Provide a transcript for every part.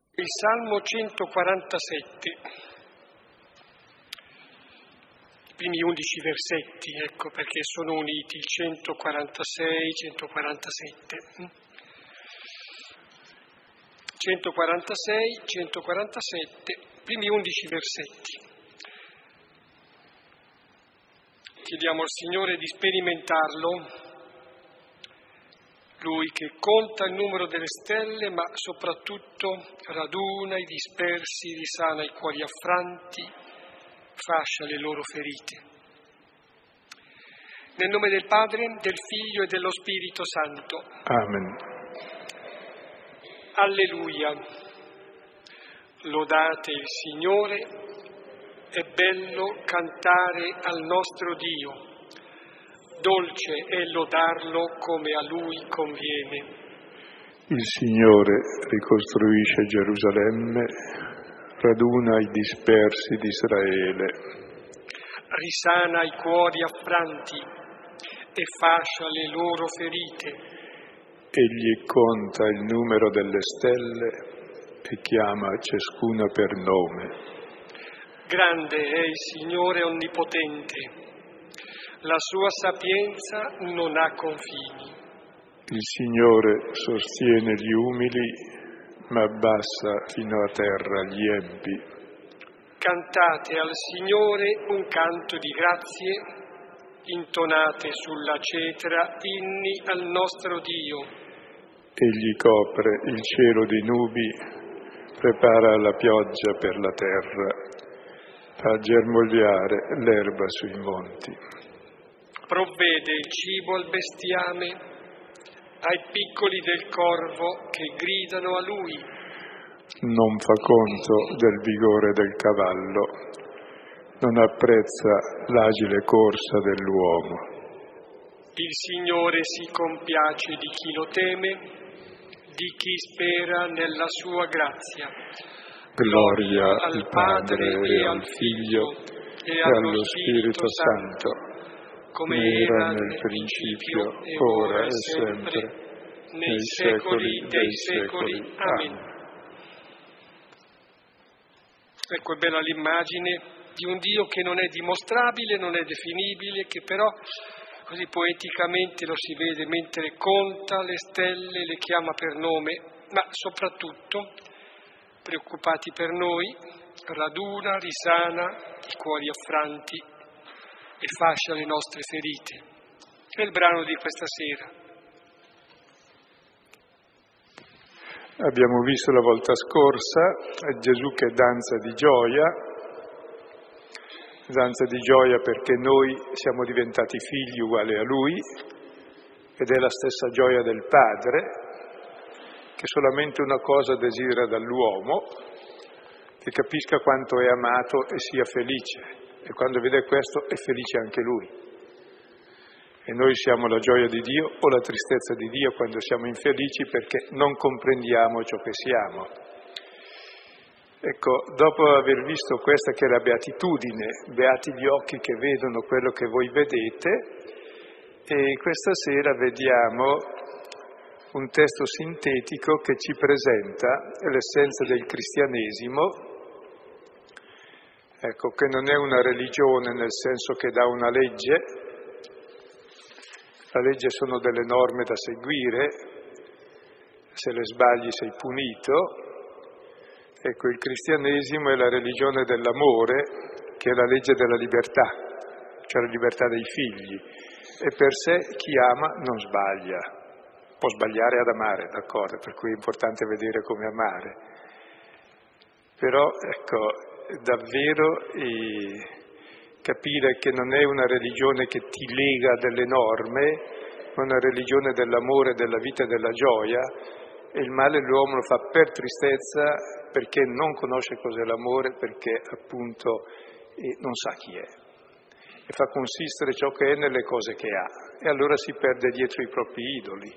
Il Salmo 147, i primi 11 versetti, ecco perché sono uniti, il 146, 147. 146, 147, primi 11 versetti. Chiediamo al Signore di sperimentarlo, Lui che conta il numero delle stelle, ma soprattutto raduna i dispersi, risana i cuori affranti, fascia le loro ferite. Nel nome del Padre, del Figlio e dello Spirito Santo. Amen. Alleluia. Lodate il Signore, è bello cantare al nostro Dio. Dolce è lodarlo come a Lui conviene. Il Signore ricostruisce Gerusalemme, raduna i dispersi di Israele. Risana i cuori affranti e fascia le loro ferite. Egli conta il numero delle stelle e chiama ciascuna per nome. Grande è il Signore onnipotente. La sua sapienza non ha confini. Il Signore sostiene gli umili, ma abbassa fino a terra gli empi. Cantate al Signore un canto di grazie, intonate sulla cetra inni al nostro Dio. Egli copre il cielo di nubi, prepara la pioggia per la terra, fa germogliare l'erba sui monti. Provvede il cibo al bestiame, ai piccoli del corvo che gridano a Lui. Non fa conto del vigore del cavallo, non apprezza l'agile corsa dell'uomo. Il Signore si compiace di chi lo teme, di chi spera nella sua grazia. Gloria al Padre e al Figlio e allo Spirito Santo, come era nel principio, ora e sempre, nei secoli dei secoli. Amen. Ecco, è bella l'immagine di un Dio che non è dimostrabile, non è definibile, che però così poeticamente lo si vede mentre conta le stelle, le chiama per nome, ma soprattutto, preoccupati per noi, raduna, risana i cuori affranti e fascia le nostre ferite. È il brano di questa sera. Abbiamo visto la volta scorsa Gesù che danza di gioia perché noi siamo diventati figli uguali a Lui ed è la stessa gioia del Padre che solamente una cosa desidera dall'uomo, che capisca quanto è amato e sia felice. E quando vede questo è felice anche lui. E noi siamo la gioia di Dio o la tristezza di Dio quando siamo infelici perché non comprendiamo ciò che siamo. Ecco, dopo aver visto questa che è la beatitudine, beati gli occhi che vedono quello che voi vedete, e questa sera vediamo un testo sintetico che ci presenta l'essenza del cristianesimo. Ecco, che non è una religione nel senso che dà una legge, la legge sono delle norme da seguire, se le sbagli sei punito. Ecco, il cristianesimo è la religione dell'amore, che è la legge della libertà, cioè la libertà dei figli, e per sé chi ama non sbaglia, può sbagliare ad amare, d'accordo, per cui è importante vedere come amare. Però, ecco, davvero capire che non è una religione che ti lega a delle norme, ma una religione dell'amore, della vita e della gioia, e il male l'uomo lo fa per tristezza, perché non conosce cos'è l'amore, perché appunto non sa chi è, e fa consistere ciò che è nelle cose che ha, e allora si perde dietro i propri idoli.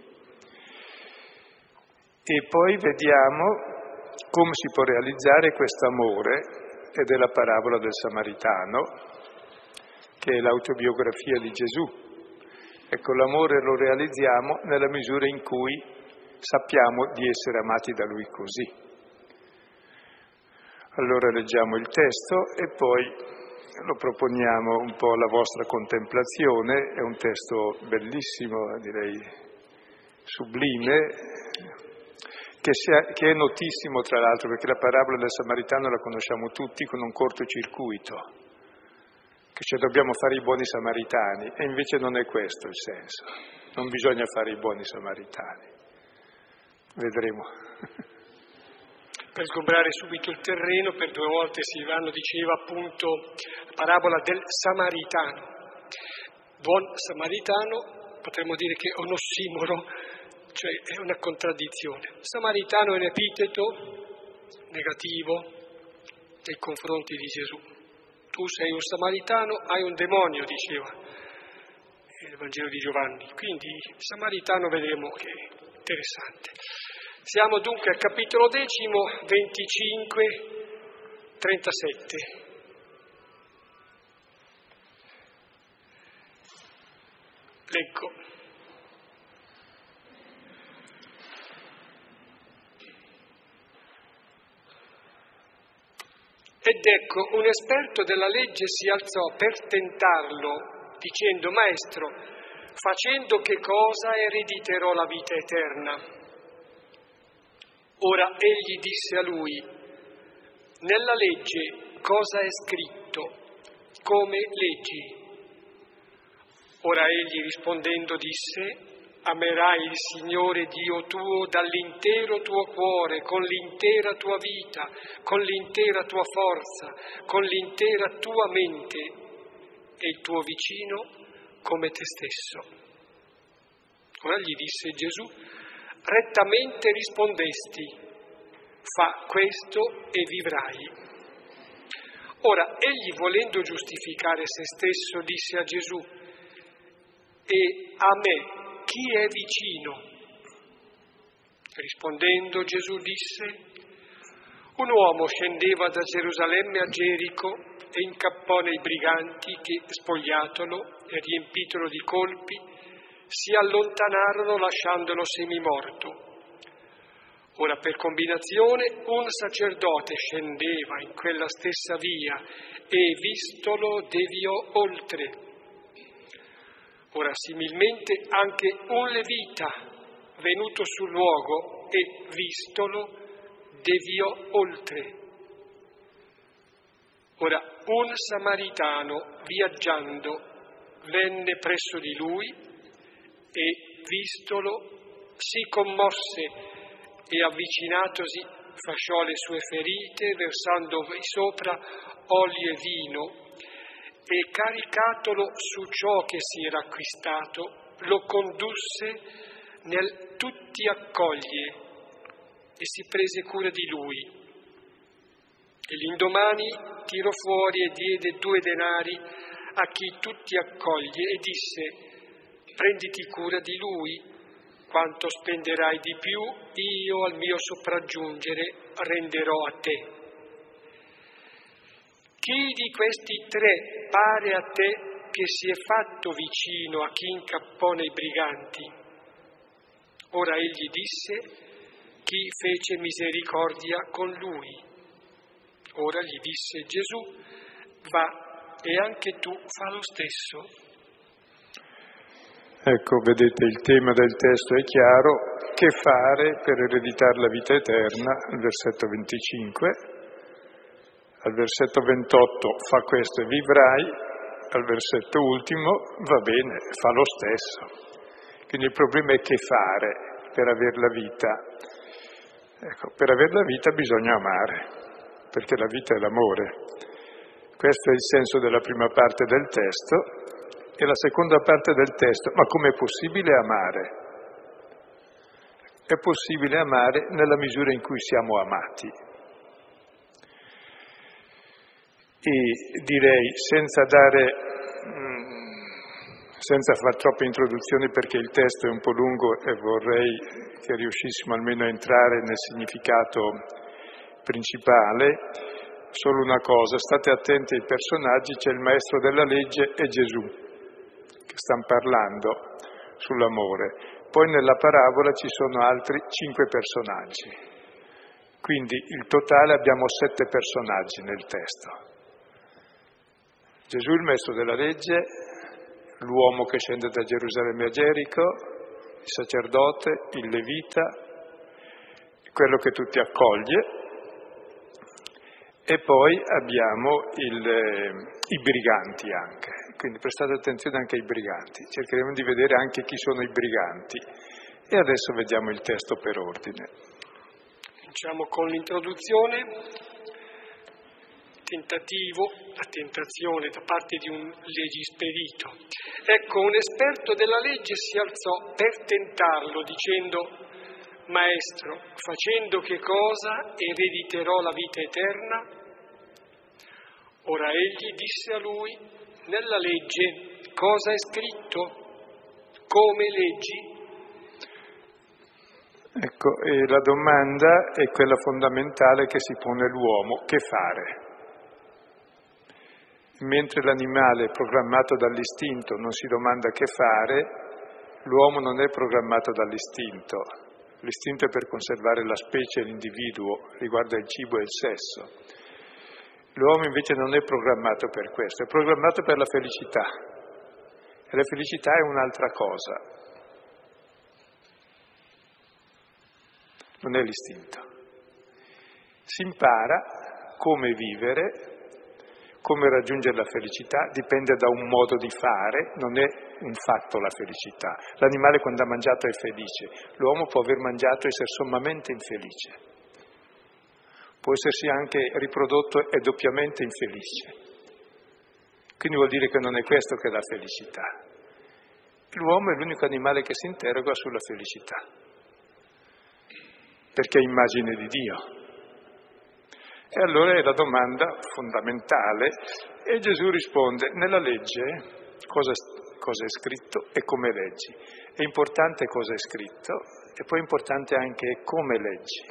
E poi vediamo come si può realizzare questo amore, ed è la parabola del Samaritano, che è l'autobiografia di Gesù. Ecco, l'amore lo realizziamo nella misura in cui sappiamo di essere amati da Lui così. Allora leggiamo il testo e poi lo proponiamo un po' alla vostra contemplazione. È un testo bellissimo, direi sublime, che è notissimo tra l'altro, perché la parabola del Samaritano la conosciamo tutti con un cortocircuito, che cioè dobbiamo fare i buoni samaritani, e invece non è questo il senso, non bisogna fare i buoni samaritani. Vedremo. Per sgombrare subito il terreno, per 2 volte Silvano diceva appunto la parabola del Samaritano. Buon Samaritano, potremmo dire che è un ossimoro, cioè è una contraddizione. Samaritano è un epiteto negativo nei confronti di Gesù. Tu sei un samaritano, hai un demonio, diceva il Vangelo di Giovanni. Quindi il Samaritano vedremo che è interessante. Siamo dunque al capitolo 10, 25, 37. Leggo. Ed ecco, un esperto della legge si alzò per tentarlo, dicendo: Maestro, facendo che cosa erediterò la vita eterna? Ora egli disse a lui: nella legge cosa è scritto? Come leggi? Ora egli rispondendo disse: amerai il Signore Dio tuo dall'intero tuo cuore, con l'intera tua vita, con l'intera tua forza, con l'intera tua mente, e il tuo vicino come te stesso. Ora gli disse Gesù: rettamente rispondesti, fa questo e vivrai. Ora egli, volendo giustificare se stesso, disse a Gesù: e a me chi è vicino? Rispondendo Gesù disse: un uomo scendeva da Gerusalemme a Gerico e incappò nei briganti che, spogliatolo e riempitolo di colpi, si allontanarono lasciandolo semimorto. Ora, per combinazione, un sacerdote scendeva in quella stessa via e, vistolo, deviò oltre. Ora, similmente, anche un levita, venuto sul luogo e, vistolo, deviò oltre. Ora, un samaritano, viaggiando, venne presso di lui e, vistolo, si commosse e, avvicinatosi, fasciò le sue ferite, versando sopra olio e vino, e caricatolo su ciò che si era acquistato, lo condusse nel tutti accoglie e si prese cura di lui. E l'indomani tirò fuori e diede 2 denari a chi tutti accoglie e disse: prenditi cura di lui, quanto spenderai di più, io al mio sopraggiungere renderò a te. Chi di questi 3 pare a te che si è fatto vicino a chi incappò nei briganti? Ora egli disse: chi fece misericordia con lui. Ora gli disse Gesù: va e anche tu fa lo stesso. Ecco, vedete, il tema del testo è chiaro. Che fare per ereditare la vita eterna? Il versetto 25. Al versetto 28, fa questo e vivrai. Al versetto ultimo, va bene, fa lo stesso. Quindi il problema è che fare per avere la vita. Ecco, per avere la vita bisogna amare, perché la vita è l'amore. Questo è il senso della prima parte del testo. E la seconda parte del testo: ma com'è possibile amare? È possibile amare nella misura in cui siamo amati. E direi, senza far troppe introduzioni, perché il testo è un po' lungo e vorrei che riuscissimo almeno a entrare nel significato principale, solo una cosa: state attenti ai personaggi. C'è il maestro della legge e Gesù che stanno parlando sull'amore. Poi nella parabola ci sono altri 5 personaggi. Quindi il totale abbiamo 7 personaggi nel testo. Gesù il maestro della legge, l'uomo che scende da Gerusalemme a Gerico, il sacerdote, il levita, quello che tutti accoglie, e poi abbiamo i briganti anche. Quindi prestate attenzione anche ai briganti, cercheremo di vedere anche chi sono i briganti. E adesso vediamo il testo per ordine. Cominciamo con l'introduzione, tentativo, la tentazione da parte di un legisperito. Ecco, un esperto della legge si alzò per tentarlo dicendo: Maestro, facendo che cosa erediterò la vita eterna? Ora egli disse a lui: nella legge cosa è scritto? Come leggi? Ecco, e la domanda è quella fondamentale che si pone l'uomo: che fare? Mentre l'animale programmato dall'istinto non si domanda che fare, l'uomo non è programmato dall'istinto. L'istinto è per conservare la specie e l'individuo, riguarda il cibo e il sesso. L'uomo invece non è programmato per questo, è programmato per la felicità. E la felicità è un'altra cosa. Non è l'istinto. Si impara come vivere, come raggiungere la felicità, dipende da un modo di fare, non è un fatto la felicità. L'animale quando ha mangiato è felice, l'uomo può aver mangiato e essere sommamente infelice, può essersi anche riprodotto e doppiamente infelice. Quindi vuol dire che non è questo che è la felicità. L'uomo è l'unico animale che si interroga sulla felicità, perché è immagine di Dio. E allora è la domanda fondamentale e Gesù risponde: nella legge cosa è scritto e come leggi. È importante cosa è scritto e poi è importante anche come leggi.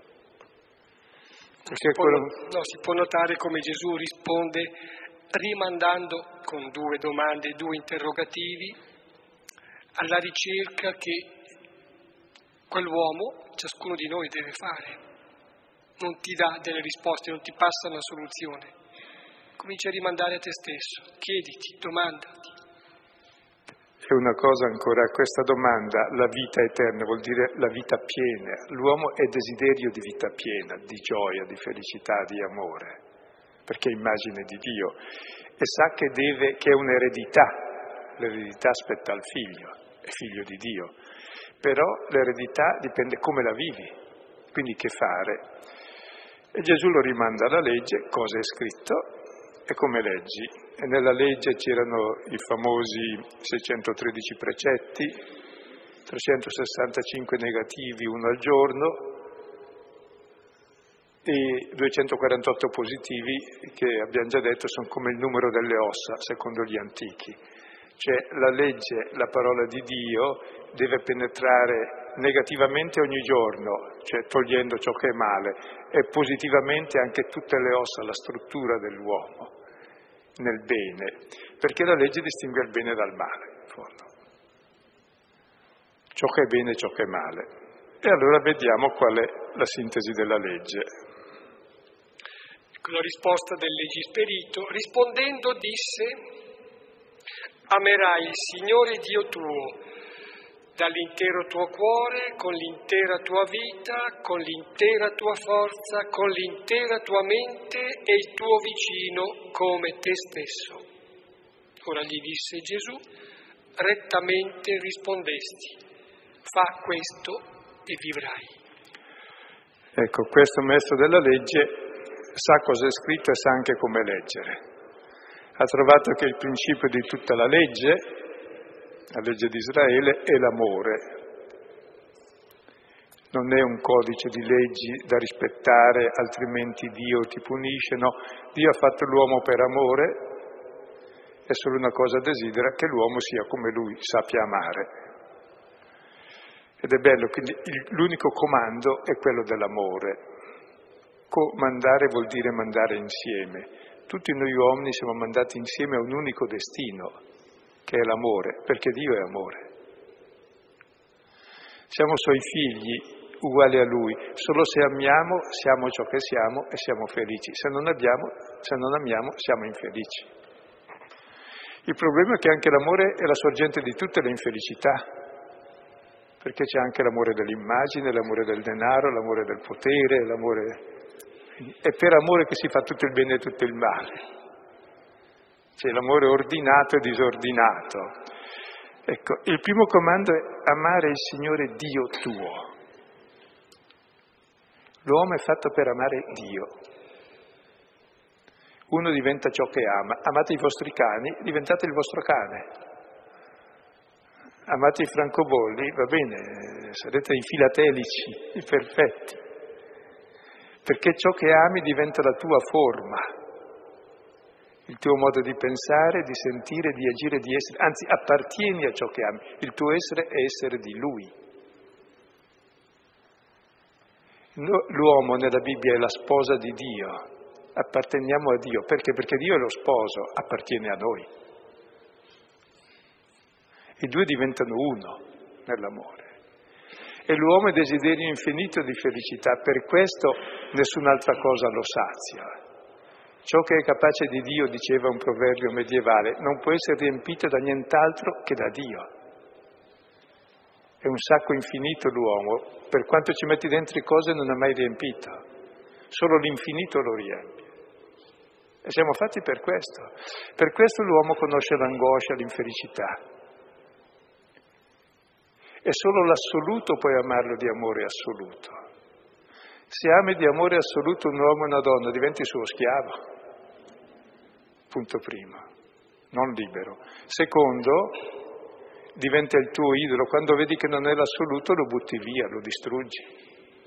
Si può notare come Gesù risponde rimandando con 2 domande, 2 interrogativi alla ricerca che quell'uomo, ciascuno di noi, deve fare. Non ti dà delle risposte, non ti passa una soluzione. Comincia a rimandare a te stesso, chiediti, domandati. E una cosa ancora, questa domanda, la vita eterna, vuol dire la vita piena. L'uomo è desiderio di vita piena, di gioia, di felicità, di amore, perché è immagine di Dio. E sa che è un'eredità, l'eredità spetta al figlio, è figlio di Dio. Però l'eredità dipende come la vivi, quindi che fare. E Gesù lo rimanda alla legge, cosa è scritto e come leggi. E nella legge c'erano i famosi 613 precetti, 365 negativi, 1 al giorno, e 248 positivi che abbiamo già detto sono come il numero delle ossa, secondo gli antichi. Cioè la legge, la parola di Dio, deve penetrare negativamente ogni giorno, cioè togliendo ciò che è male, e positivamente anche tutte le ossa, la struttura dell'uomo, nel bene, perché la legge distingue il bene dal male, in fondo. Ciò che è bene e ciò che è male. E allora vediamo qual è la sintesi della legge. Con la risposta del legisperito, rispondendo disse: amerai il Signore Dio tuo dall'intero tuo cuore, con l'intera tua vita, con l'intera tua forza, con l'intera tua mente e il tuo vicino come te stesso. Ora gli disse Gesù: rettamente rispondesti, fa questo e vivrai. Ecco, questo maestro della legge sa cosa è scritto e sa anche come leggere. Ha trovato che il principio di tutta la legge di Israele, è l'amore. Non è un codice di leggi da rispettare, altrimenti Dio ti punisce, no. Dio ha fatto l'uomo per amore e solo una cosa desidera, che l'uomo sia come lui, sappia amare. Ed è bello, quindi l'unico comando è quello dell'amore. Comandare vuol dire mandare insieme. Tutti noi uomini siamo mandati insieme a un unico destino, che è l'amore, perché Dio è amore. Siamo suoi figli uguali a Lui. Solo se amiamo siamo ciò che siamo e siamo felici. Se non amiamo siamo infelici. Il problema è che anche l'amore è la sorgente di tutte le infelicità, perché c'è anche l'amore dell'immagine, l'amore del denaro, l'amore del potere, è per amore che si fa tutto il bene e tutto il male. C'è l'amore ordinato e disordinato. Ecco, il primo comando è amare il Signore Dio tuo. L'uomo è fatto per amare Dio. Uno diventa ciò che ama. Amate i vostri cani, diventate il vostro cane. Amate i francobolli, va bene, sarete i filatelici, i perfetti. Perché ciò che ami diventa la tua forma, il tuo modo di pensare, di sentire, di agire, di essere. Anzi, appartieni a ciò che ami. Il tuo essere è essere di Lui. L'uomo nella Bibbia è la sposa di Dio. Apparteniamo a Dio. Perché? Perché Dio è lo sposo, appartiene a noi. I due diventano uno nell'amore. E l'uomo è desiderio infinito di felicità, per questo nessun'altra cosa lo sazia. Ciò che è capace di Dio, diceva un proverbio medievale, non può essere riempito da nient'altro che da Dio. È un sacco infinito l'uomo, per quanto ci metti dentro cose non è mai riempito. Solo l'infinito lo riempie. E siamo fatti per questo. Per questo l'uomo conosce l'angoscia, l'infelicità. E solo l'assoluto puoi amarlo di amore assoluto. Se ami di amore assoluto un uomo e una donna, diventi suo schiavo. Punto primo. Non libero. Secondo, diventa il tuo idolo. Quando vedi che non è l'assoluto, lo butti via, lo distruggi.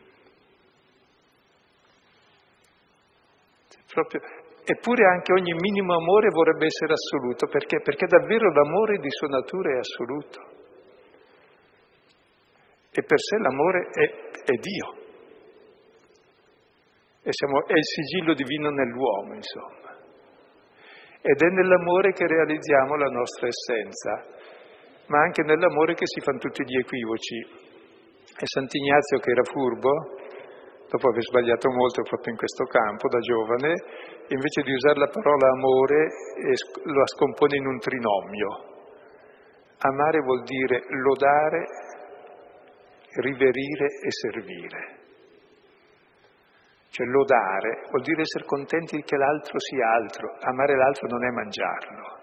Eppure anche ogni minimo amore vorrebbe essere assoluto. Perché? Perché davvero l'amore di sua natura è assoluto. E per sé l'amore è Dio. È il sigillo divino nell'uomo, insomma. Ed è nell'amore che realizziamo la nostra essenza, ma anche nell'amore che si fanno tutti gli equivoci. E Sant'Ignazio, che era furbo, dopo aver sbagliato molto proprio in questo campo da giovane, invece di usare la parola amore, la scompone in un trinomio. Amare vuol dire lodare, riverire e servire. Cioè lodare vuol dire essere contenti che l'altro sia altro, amare l'altro non è mangiarlo.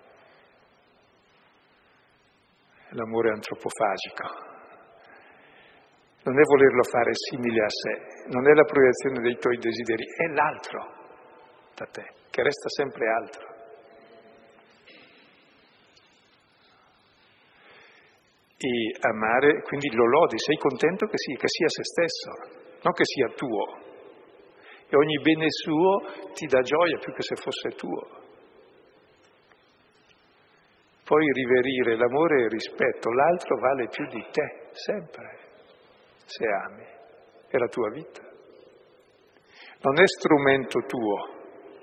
È l'amore antropofagico. Non è volerlo fare simile a sé, non è la proiezione dei tuoi desideri, è l'altro da te, che resta sempre altro. E amare, quindi lo lodi, sei contento che sia se stesso, non che sia tuo. E ogni bene suo ti dà gioia più che se fosse tuo. Puoi riverire l'amore e il rispetto, l'altro vale più di te, sempre, se ami, è la tua vita. Non è strumento tuo.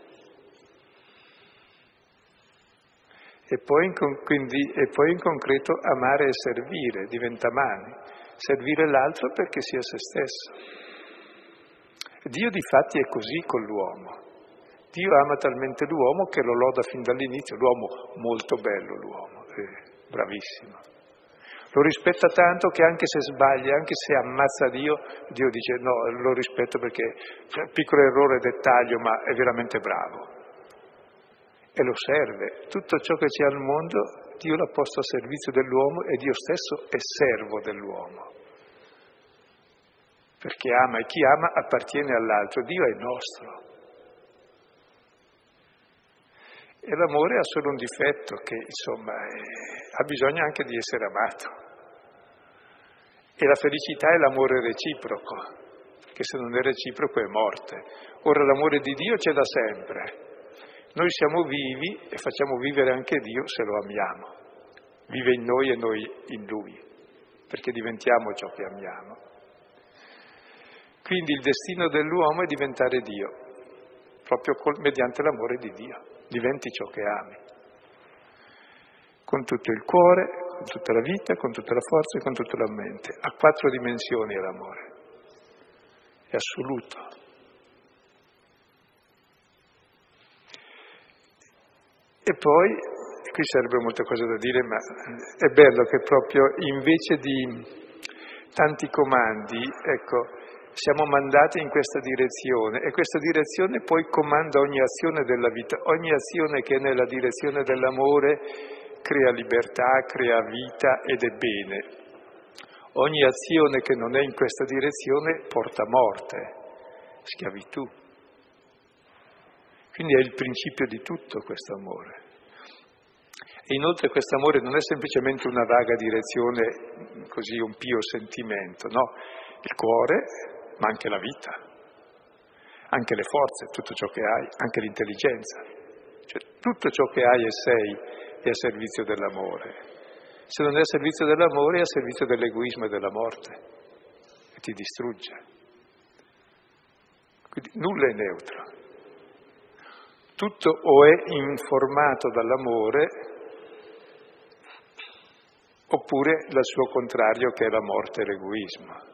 E poi in concreto amare e servire, diventa mani. Servire l'altro perché sia se stesso. Dio difatti è così con l'uomo. Dio ama talmente l'uomo che lo loda fin dall'inizio. L'uomo, molto bello l'uomo, bravissimo. Lo rispetta tanto che anche se sbaglia, anche se ammazza Dio, Dio dice no, lo rispetto perché c'è un piccolo errore, dettaglio, ma è veramente bravo. E lo serve. Tutto ciò che c'è al mondo, Dio l'ha posto a servizio dell'uomo e Dio stesso è servo dell'uomo. Perché ama e chi ama appartiene all'altro, Dio è nostro. E l'amore ha solo un difetto, che insomma ha bisogno anche di essere amato. E la felicità è l'amore reciproco, perché se non è reciproco è morte. Ora l'amore di Dio c'è da sempre. Noi siamo vivi e facciamo vivere anche Dio se lo amiamo. Vive in noi e noi in Lui, perché diventiamo ciò che amiamo. Quindi il destino dell'uomo è diventare Dio, proprio mediante l'amore di Dio. Diventi ciò che ami. Con tutto il cuore, con tutta la vita, con tutta la forza e con tutta la mente. Ha 4 dimensioni l'amore. è assoluto. E poi, qui sarebbe molte cose da dire, ma è bello che proprio invece di tanti comandi, ecco, siamo mandati in questa direzione e questa direzione poi comanda ogni azione della vita. Ogni azione che è nella direzione dell'amore crea libertà, crea vita ed è bene. Ogni azione che non è in questa direzione porta morte, schiavitù. Quindi è il principio di tutto questo amore. E inoltre questo amore non è semplicemente una vaga direzione, così un pio sentimento, no. Il cuore, ma anche la vita, anche le forze, tutto ciò che hai, anche l'intelligenza. Cioè tutto ciò che hai e sei è a servizio dell'amore. Se non è a servizio dell'amore è a servizio dell'egoismo e della morte, e ti distrugge. Quindi nulla è neutro. Tutto o è informato dall'amore, oppure dal suo contrario che è la morte e l'egoismo.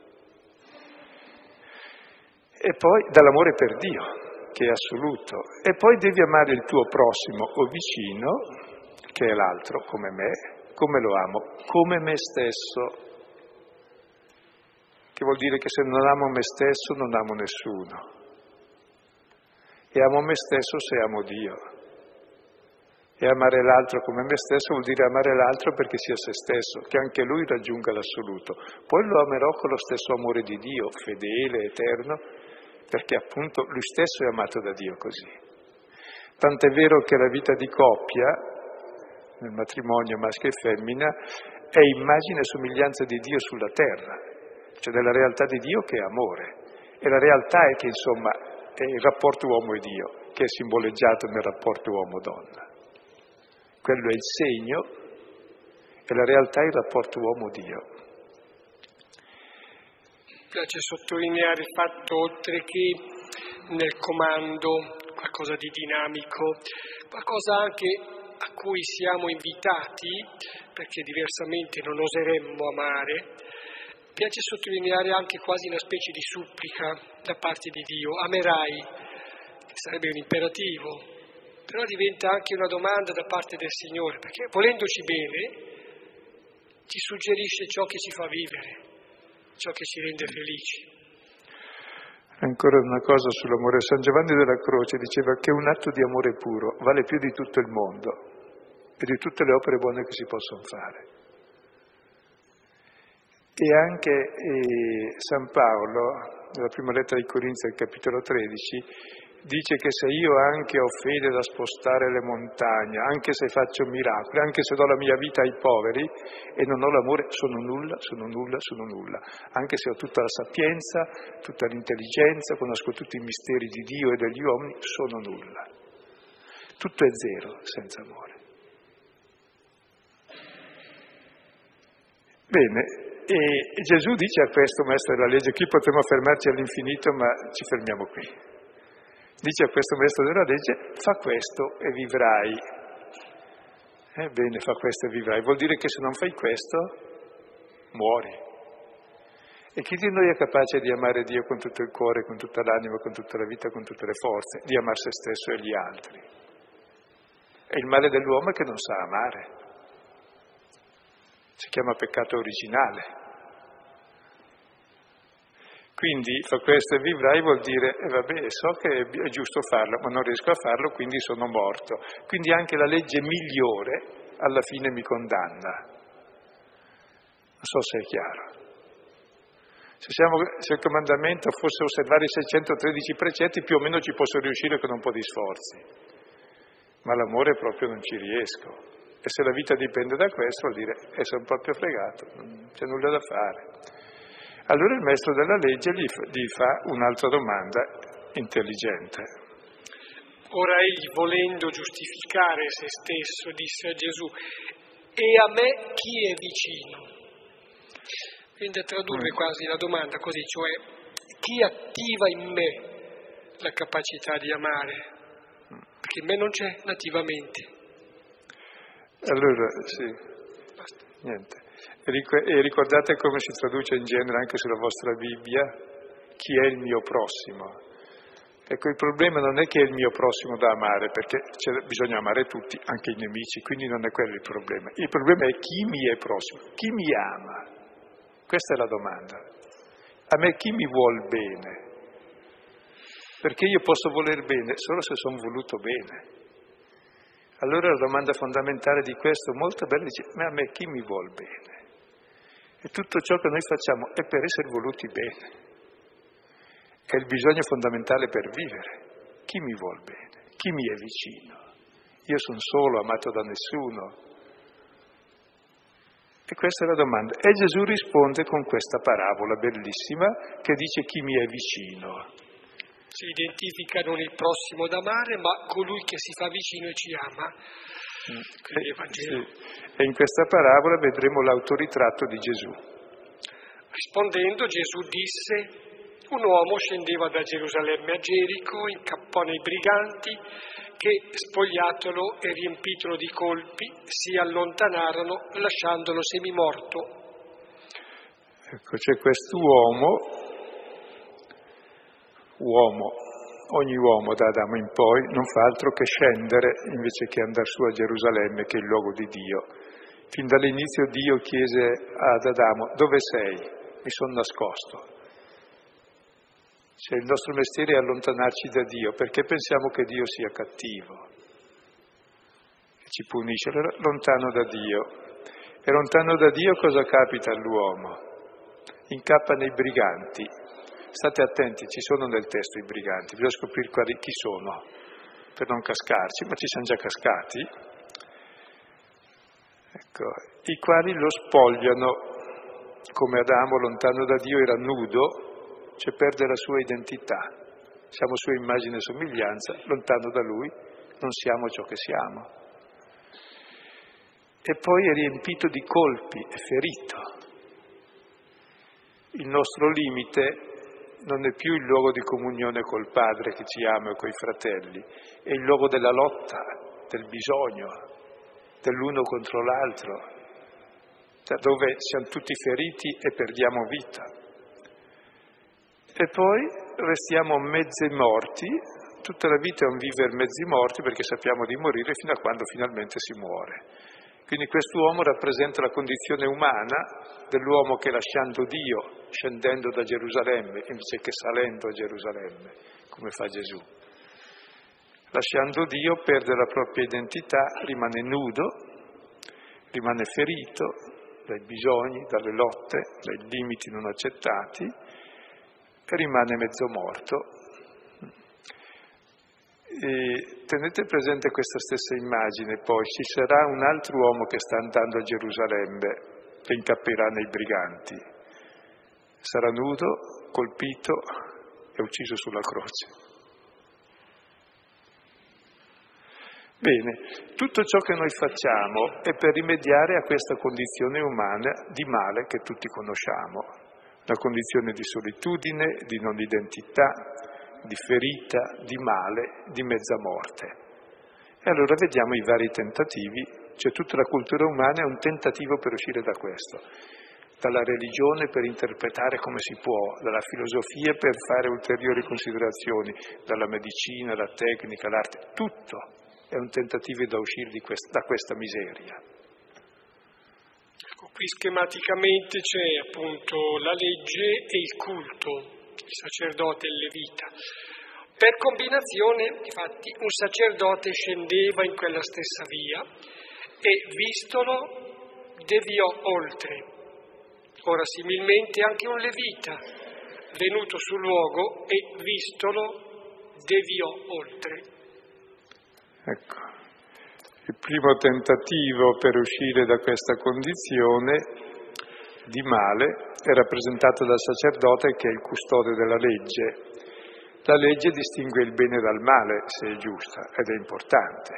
E poi dall'amore per Dio, che è assoluto. E poi devi amare il tuo prossimo o vicino, che è l'altro, come me. Come lo amo? Come me stesso. Che vuol dire che se non amo me stesso non amo nessuno. E amo me stesso se amo Dio. E amare l'altro come me stesso vuol dire amare l'altro perché sia se stesso, che anche lui raggiunga l'assoluto. Poi lo amerò con lo stesso amore di Dio, fedele, eterno, perché appunto lui stesso è amato da Dio così. Tant'è vero che la vita di coppia, nel matrimonio maschio e femmina, è immagine e somiglianza di Dio sulla terra, cioè della realtà di Dio che è amore. E la realtà è che insomma è il rapporto uomo e Dio, che è simboleggiato nel rapporto uomo-donna. Quello è il segno e la realtà è il rapporto uomo-Dio. Mi piace sottolineare il fatto, oltre che nel comando, qualcosa di dinamico, qualcosa anche a cui siamo invitati, perché diversamente non oseremmo amare, piace sottolineare anche quasi una specie di supplica da parte di Dio. Amerai, che sarebbe un imperativo, però diventa anche una domanda da parte del Signore, perché volendoci bene ci suggerisce ciò che ci fa vivere, ciò che ci rende felici. Ancora una cosa sull'amore. San Giovanni della Croce diceva che un atto di amore puro vale più di tutto il mondo e di tutte le opere buone che si possono fare. E anche San Paolo, nella prima lettera ai Corinzi, al capitolo 13, dice che se io anche ho fede da spostare le montagne, anche se faccio miracoli, anche se do la mia vita ai poveri e non ho l'amore, sono nulla. Anche se ho tutta la sapienza, tutta l'intelligenza, conosco tutti i misteri di Dio e degli uomini, sono nulla. Tutto è zero senza amore. Bene. E Gesù dice a questo maestro della legge, qui potremmo fermarci all'infinito, ma ci fermiamo qui. Dice a questo maestro della legge, fa questo e vivrai. Bene, fa questo e vivrai. Vuol dire che se non fai questo, muori. E chi di noi è capace di amare Dio con tutto il cuore, con tutta l'anima, con tutta la vita, con tutte le forze, di amare se stesso e gli altri? E il male dell'uomo è che non sa amare. Si chiama peccato originale. Quindi fa questo e vivrai vuol dire, vabbè, so che è giusto farlo, ma non riesco a farlo, quindi sono morto. Quindi anche la legge migliore alla fine mi condanna. Non so se è chiaro. Se il comandamento fosse osservare i 613 precetti, più o meno ci posso riuscire con un po' di sforzi. Ma l'amore proprio non ci riesco. E se la vita dipende da questo, vuol dire, sono proprio fregato, non c'è nulla da fare. Allora il maestro della legge gli fa un'altra domanda intelligente. Ora egli, volendo giustificare se stesso, disse a Gesù, e a me chi è vicino? Quindi a tradurre quasi la domanda così, cioè chi attiva in me la capacità di amare? Perché in me non c'è nativamente. Allora, sì, niente. E ricordate come si traduce in genere anche sulla vostra Bibbia? chi è il mio prossimo. Ecco, il problema non è che è il mio prossimo da amare, perché bisogna amare tutti, anche i nemici, quindi non è quello il problema. Il problema è chi mi è prossimo, chi mi ama. Questa è la domanda. A me chi mi vuol bene? Perché io posso voler bene solo se sono voluto bene. Allora la domanda fondamentale di questo, molto bella, dice, ma a me chi mi vuol bene? E tutto ciò che noi facciamo è per essere voluti bene. È il bisogno fondamentale per vivere. Chi mi vuol bene? Chi mi è vicino? Io sono solo, amato da nessuno. E questa è la domanda. E Gesù risponde con questa parabola bellissima che dice chi mi è vicino. Si identifica non il prossimo da amare, ma colui che si fa vicino e ci ama. E in questa parabola vedremo l'autoritratto di Gesù. Rispondendo, Gesù disse: un uomo scendeva da Gerusalemme a Gerico, incappò nei briganti che, spogliatolo e riempitolo di colpi, si allontanarono lasciandolo semimorto. Ecco, c'è quest'uomo, ogni uomo da Adamo in poi non fa altro che scendere invece che andare su a Gerusalemme, che è il luogo di Dio. Fin dall'inizio Dio chiese ad Adamo: dove sei? Mi sono nascosto. Cioè il nostro mestiere è allontanarci da Dio, perché pensiamo che Dio sia cattivo, che ci punisce, allora lontano da Dio. E lontano da Dio cosa capita all'uomo? Incappa nei briganti. State attenti, ci sono nel testo i briganti, bisogna scoprire chi sono, per non cascarci, ma ci siamo già cascati. Ecco, i quali lo spogliano, come Adamo lontano da Dio era nudo, cioè perde la sua identità. Siamo sua immagine e somiglianza, lontano da Lui non siamo ciò che siamo. E poi è riempito di colpi, è ferito. Il nostro limite non è più il luogo di comunione col Padre che ci ama e coi fratelli, è il luogo della lotta, del bisogno, dell'uno contro l'altro, dove siamo tutti feriti e perdiamo vita. E poi restiamo mezzi morti, tutta la vita è un vivere mezzi morti perché sappiamo di morire fino a quando finalmente si muore. Quindi quest'uomo rappresenta la condizione umana dell'uomo che lasciando Dio, scendendo da Gerusalemme, invece che salendo a Gerusalemme, come fa Gesù. Lasciando Dio perde la propria identità, rimane nudo, rimane ferito dai bisogni, dalle lotte, dai limiti non accettati, e rimane mezzo morto. E tenete presente questa stessa immagine, poi ci sarà un altro uomo che sta andando a Gerusalemme, che incapperà nei briganti. Sarà nudo, colpito e ucciso sulla croce. Bene, tutto ciò che noi facciamo è per rimediare a questa condizione umana di male che tutti conosciamo, una condizione di solitudine, di non identità, di ferita, di male, di mezza morte. E allora vediamo i vari tentativi, cioè tutta la cultura umana è un tentativo per uscire da questo, dalla religione per interpretare come si può, dalla filosofia per fare ulteriori considerazioni, dalla medicina, la tecnica, l'arte, tutto è un tentativo da uscire da questa miseria. Ecco, qui schematicamente c'è appunto la legge e il culto, il sacerdote e il levita. Per combinazione, infatti, un sacerdote scendeva in quella stessa via e, vistolo, deviò oltre. Ora, similmente, anche un levita, venuto sul luogo e, vistolo, deviò oltre. Ecco, il primo tentativo per uscire da questa condizione di male è rappresentato dal sacerdote che è il custode della legge. La legge distingue il bene dal male, se è giusta, ed è importante.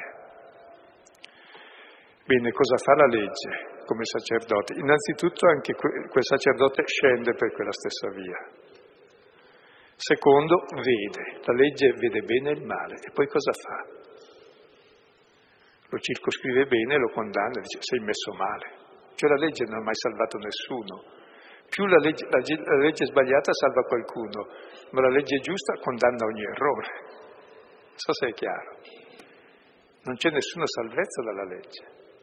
Bene, cosa fa la legge come sacerdote? Innanzitutto anche quel sacerdote scende per quella stessa via. Secondo, vede. La legge vede bene il male. E poi cosa fa? Lo circoscrive bene, lo condanna e dice sei messo male. Cioè la legge non ha mai salvato nessuno, Più la legge sbagliata salva qualcuno, ma la legge giusta condanna ogni errore. Non so se è chiaro. Non c'è nessuna salvezza dalla legge.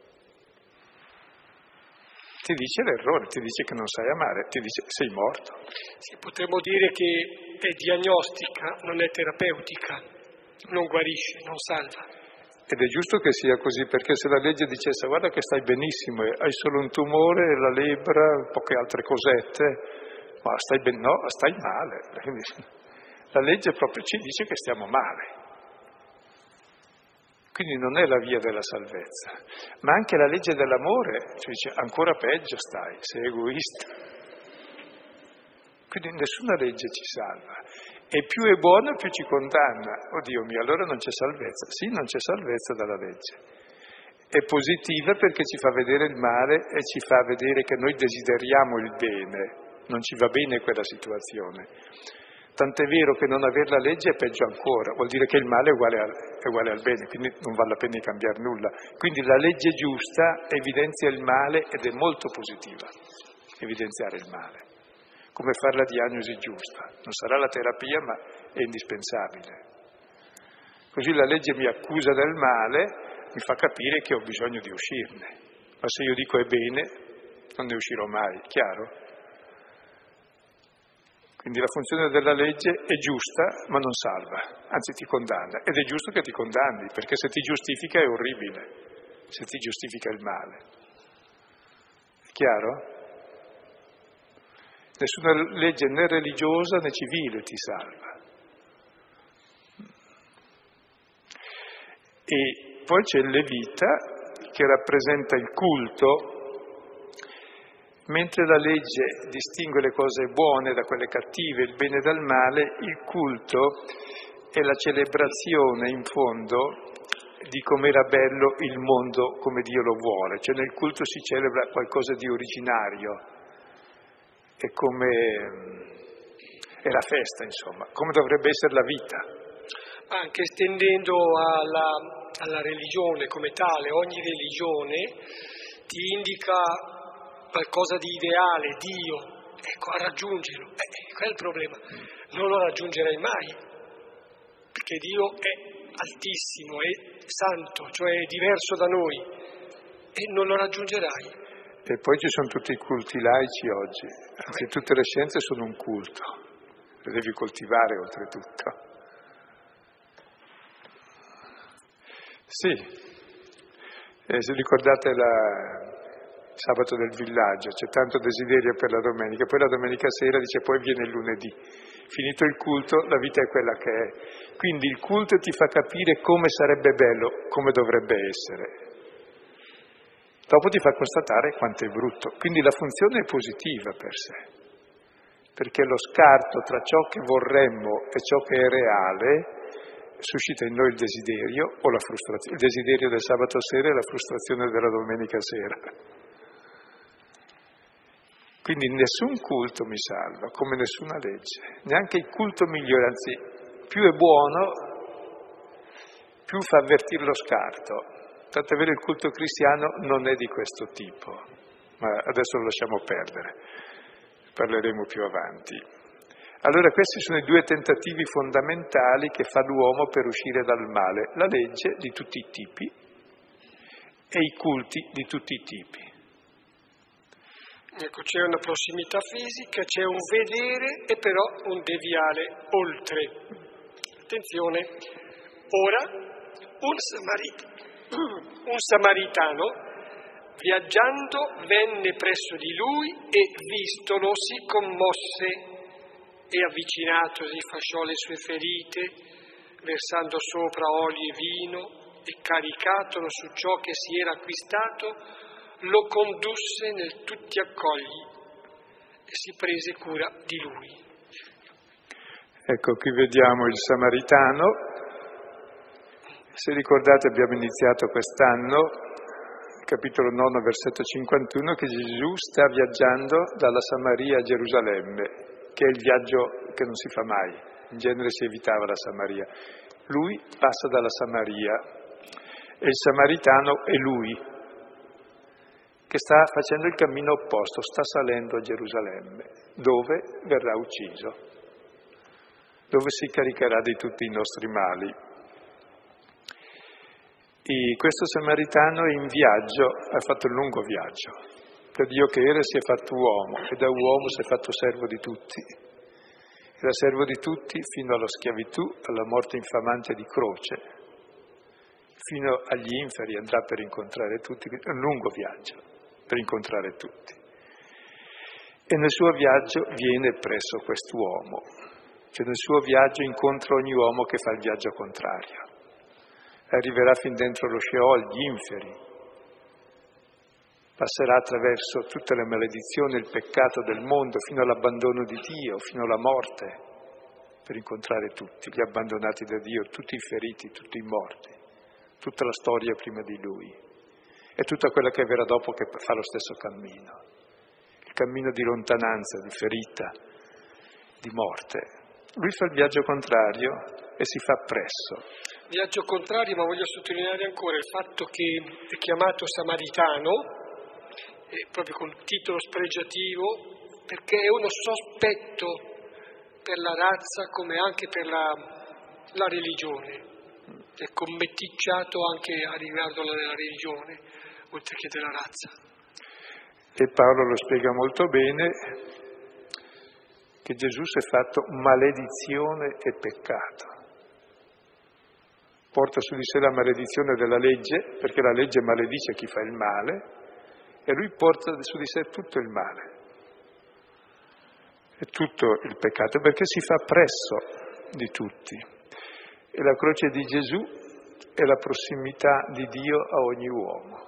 Ti dice l'errore, ti dice che non sai amare, ti dice sei morto. Sì, potremmo dire che è diagnostica, non è terapeutica, non guarisce, non salva. Ed è giusto che sia così, perché se la legge dicesse guarda che stai benissimo, hai solo un tumore, la lebbra, poche altre cosette, ma stai ben, no, stai male. La legge proprio ci dice che stiamo male. Quindi non è la via della salvezza. Ma anche la legge dell'amore ci dice ancora peggio stai, sei egoista. Quindi nessuna legge ci salva. E più è buono più ci condanna. Oddio mio, allora non c'è salvezza. Sì, non c'è salvezza dalla legge. È positiva perché ci fa vedere il male e ci fa vedere che noi desideriamo il bene. Non ci va bene quella situazione. Tant'è vero che non aver la legge è peggio ancora. Vuol dire che il male è uguale al bene, quindi non vale la pena di cambiare nulla. Quindi la legge giusta evidenzia il male ed è molto positiva evidenziare il male. Come fare la diagnosi giusta. Non sarà la terapia, ma è indispensabile. Così la legge mi accusa del male, mi fa capire che ho bisogno di uscirne. Ma se io dico è bene, non ne uscirò mai, chiaro? Quindi la funzione della legge è giusta, ma non salva, anzi ti condanna. Ed è giusto che ti condanni, perché se ti giustifica è orribile, se ti giustifica il male. È chiaro? Nessuna legge né religiosa né civile ti salva. E poi c'è il Levita, che rappresenta il culto. Mentre la legge distingue le cose buone da quelle cattive, il bene dal male, il culto è la celebrazione, in fondo, di come era bello il mondo come Dio lo vuole. Cioè nel culto si celebra qualcosa di originario, è come è la festa, insomma, come dovrebbe essere la vita. Anche estendendo alla religione come tale, ogni religione ti indica qualcosa di ideale, Dio, ecco, a raggiungerlo. Qual è il problema? Non lo raggiungerai mai, perché Dio è altissimo, è santo, cioè è diverso da noi, e non lo raggiungerai. E poi ci sono tutti i culti laici oggi, anzi tutte le scienze sono un culto, le devi coltivare oltretutto. Sì, se ricordate sabato del villaggio, c'è tanto desiderio per la domenica, poi la domenica sera dice poi viene il lunedì. Finito il culto, la vita è quella che è. Quindi il culto ti fa capire come sarebbe bello, come dovrebbe essere. Dopo ti fa constatare quanto è brutto. Quindi la funzione è positiva per sé, perché lo scarto tra ciò che vorremmo e ciò che è reale suscita in noi il desiderio o la frustrazione. Il desiderio del sabato sera e la frustrazione della domenica sera. Quindi nessun culto mi salva, come nessuna legge. Neanche il culto migliore, anzi, più è buono, più fa avvertire lo scarto. Tanto è vero, il culto cristiano non è di questo tipo, ma adesso lo lasciamo perdere, parleremo più avanti. Allora questi sono i due tentativi fondamentali che fa l'uomo per uscire dal male, la legge di tutti i tipi e i culti di tutti i tipi. Ecco, c'è una prossimità fisica, c'è un vedere e però un deviare oltre. Attenzione, ora un samaritano viaggiando venne presso di lui e vistolo si commosse e avvicinatosi fasciò le sue ferite, versando sopra olio e vino e caricatolo su ciò che si era acquistato, lo condusse nel tutti accogli e si prese cura di lui. Ecco, qui vediamo il Samaritano. Se ricordate abbiamo iniziato quest'anno, capitolo 9, versetto 51, che Gesù sta viaggiando dalla Samaria a Gerusalemme, che è il viaggio che non si fa mai, in genere si evitava la Samaria. Lui passa dalla Samaria e il Samaritano è lui, che sta facendo il cammino opposto, sta salendo a Gerusalemme, dove verrà ucciso, dove si caricherà di tutti i nostri mali. E questo samaritano è in viaggio, ha fatto un lungo viaggio. Da Dio che era si è fatto uomo e da uomo si è fatto servo di tutti. Era servo di tutti fino alla schiavitù, alla morte infamante di croce, fino agli inferi andrà per incontrare tutti, è un lungo viaggio per incontrare tutti. E nel suo viaggio viene presso quest'uomo, cioè nel suo viaggio incontra ogni uomo che fa il viaggio contrario. Arriverà fin dentro lo Sheol, gli inferi, passerà attraverso tutte le maledizioni e il peccato del mondo fino all'abbandono di Dio, fino alla morte, per incontrare tutti, gli abbandonati da Dio, tutti i feriti, tutti i morti, tutta la storia prima di Lui e tutta quella che verrà dopo che fa lo stesso cammino, il cammino di lontananza, di ferita, di morte. Lui fa il viaggio contrario e si fa presso. Viaggio contrario, ma voglio sottolineare ancora il fatto che è chiamato samaritano, proprio col titolo spregiativo, perché è uno sospetto per la razza come anche per la religione. È commeticciato anche a riguardo della religione, oltre che della razza. E Paolo lo spiega molto bene, che Gesù si è fatto maledizione e peccato. Porta su di sé la maledizione della legge, perché la legge maledice chi fa il male, e lui porta su di sé tutto il male, e tutto il peccato, perché si fa presso di tutti. E la croce di Gesù è la prossimità di Dio a ogni uomo.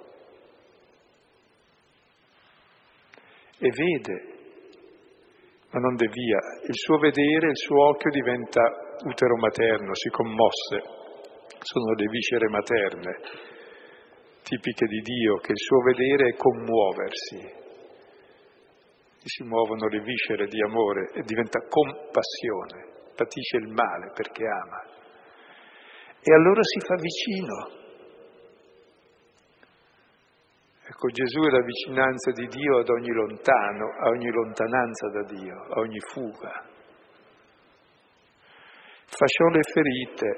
E vede, ma non devia. Il suo vedere, il suo occhio diventa utero materno, si commosse. Sono le viscere materne, tipiche di Dio, che il suo vedere è commuoversi. E si muovono le viscere di amore e diventa compassione, patisce il male perché ama. E allora si fa vicino. Ecco, Gesù è la vicinanza di Dio ad ogni lontano, a ogni lontananza da Dio, a ogni fuga. Fasciò le ferite,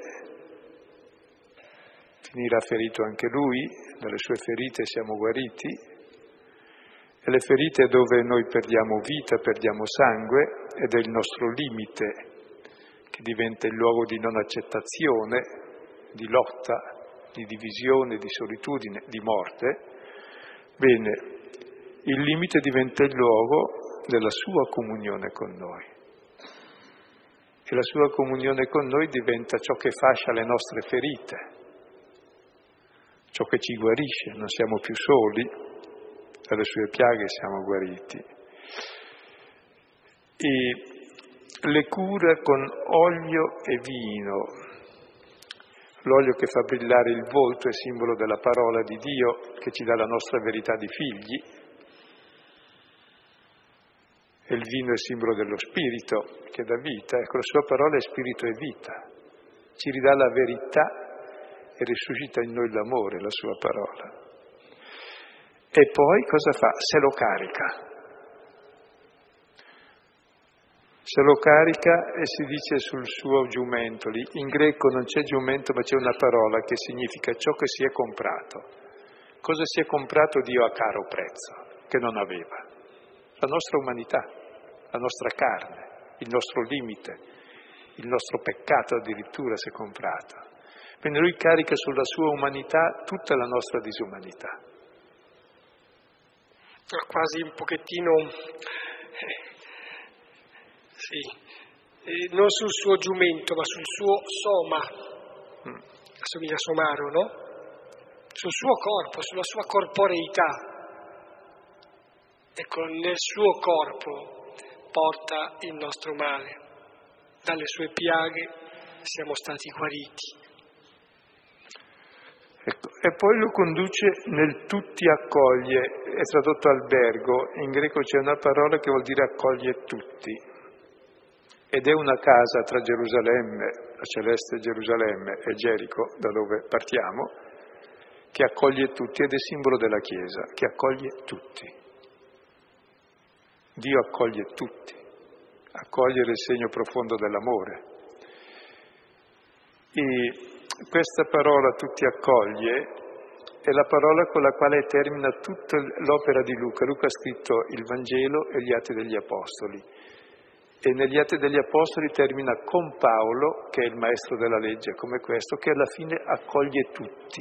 finirà ferito anche lui, dalle sue ferite siamo guariti, e le ferite dove noi perdiamo vita, perdiamo sangue, ed è il nostro limite che diventa il luogo di non accettazione, di lotta, di divisione, di solitudine, di morte. Bene, il limite diventa il luogo della sua comunione con noi. E la sua comunione con noi diventa ciò che fascia le nostre ferite, ciò che ci guarisce, non siamo più soli, dalle sue piaghe siamo guariti. E le cura con olio e vino. L'olio che fa brillare il volto è simbolo della parola di Dio che ci dà la nostra verità di figli, e il vino è simbolo dello spirito che dà vita. Ecco, la sua parola è spirito e vita, ci ridà la verità e risuscita in noi l'amore, la sua parola. E poi cosa fa? Se lo carica. Se lo carica e si dice sul suo giumento. Lì in greco non c'è giumento, ma c'è una parola che significa ciò che si è comprato. Cosa si è comprato Dio a caro prezzo, che non aveva? La nostra umanità, la nostra carne, il nostro limite, il nostro peccato addirittura si è comprato. Quindi lui carica sulla sua umanità tutta la nostra disumanità. Quasi un pochettino, non sul suo giumento, ma sul suo soma, assomiglia a somaro, no? Sul suo corpo, sulla sua corporeità. Ecco, nel suo corpo porta il nostro male. Dalle sue piaghe siamo stati guariti. Ecco, e poi lo conduce nel tutti accoglie, è tradotto albergo, in greco c'è una parola che vuol dire accoglie tutti, ed è una casa tra Gerusalemme, la celeste Gerusalemme, e Gerico, da dove partiamo, che accoglie tutti ed è simbolo della Chiesa, che accoglie tutti. Dio accoglie tutti. Accogliere il segno profondo dell'amore. E questa parola tutti accoglie è la parola con la quale termina tutta l'opera di Luca. Luca ha scritto il Vangelo e gli Atti degli Apostoli. E negli Atti degli Apostoli termina con Paolo, che è il maestro della legge, come questo, che alla fine accoglie tutti.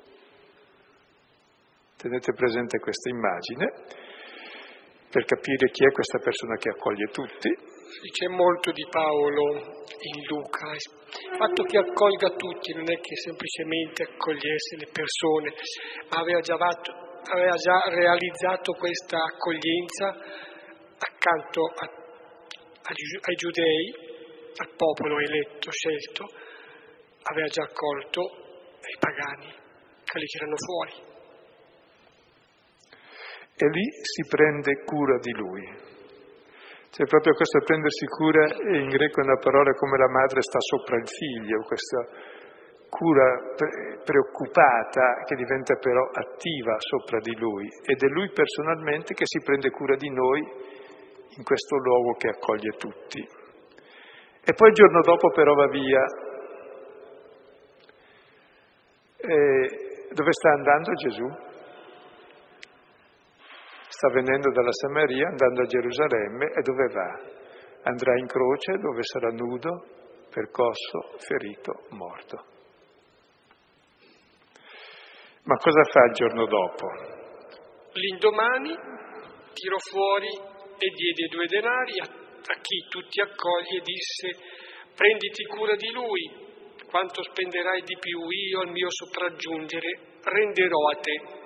Tenete presente questa immagine per capire chi è questa persona che accoglie tutti. C'è molto di Paolo in Luca, il fatto che accolga tutti non è che semplicemente accogliesse le persone, ma aveva già realizzato questa accoglienza accanto ai giudei, al popolo eletto, scelto, aveva già accolto i pagani, quelli che erano fuori. E lì si prende cura di lui. Cioè proprio questo prendersi cura, in greco è una parola come la madre sta sopra il figlio, questa cura preoccupata che diventa però attiva sopra di lui. Ed è lui personalmente che si prende cura di noi in questo luogo che accoglie tutti. E poi il giorno dopo però va via. Dove sta andando Gesù? Sta venendo dalla Samaria, andando a Gerusalemme, e dove va? Andrà in croce, dove sarà nudo, percosso, ferito, morto. Ma cosa fa il giorno dopo? L'indomani tirò fuori e diede 2 denari a chi tutti accoglie e disse: prenditi cura di lui, quanto spenderai di più io al mio sopraggiungere renderò a te.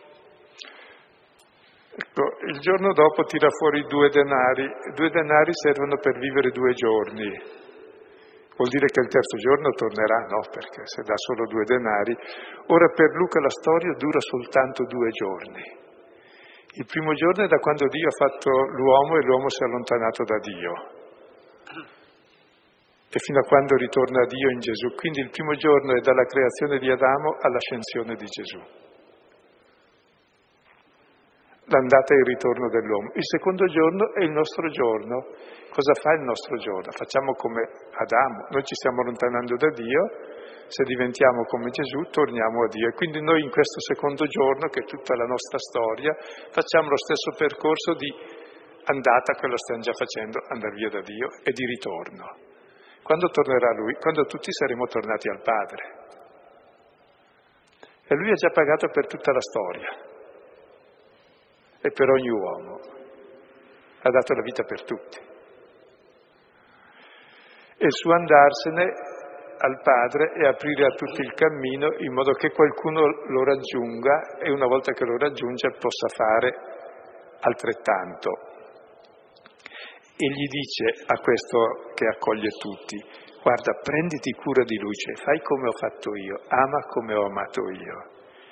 Ecco, il giorno dopo tira fuori 2 denari. 2 denari servono per vivere 2 giorni. Vuol dire che il terzo giorno tornerà? No, perché se dà solo 2 denari. Ora per Luca la storia dura soltanto 2 giorni. Il primo giorno è da quando Dio ha fatto l'uomo e l'uomo si è allontanato da Dio. E fino a quando ritorna a Dio in Gesù. Quindi il primo giorno è dalla creazione di Adamo all'ascensione di Gesù. L'andata e il ritorno dell'uomo. Il secondo giorno è il nostro giorno. Cosa fa il nostro giorno? Facciamo come Adamo. Noi ci stiamo allontanando da Dio, se diventiamo come Gesù torniamo a Dio. E quindi noi in questo secondo giorno, che è tutta la nostra storia, facciamo lo stesso percorso di andata, quello stiamo già facendo, andare via da Dio, e di ritorno. Quando tornerà Lui? Quando tutti saremo tornati al Padre. E Lui ha già pagato per tutta la storia. E per ogni uomo ha dato la vita per tutti. E il suo andarsene al Padre è aprire a tutti il cammino in modo che qualcuno lo raggiunga e una volta che lo raggiunge possa fare altrettanto. E gli dice a questo che accoglie tutti: guarda, prenditi cura di lui, cioè fai come ho fatto io, ama come ho amato io.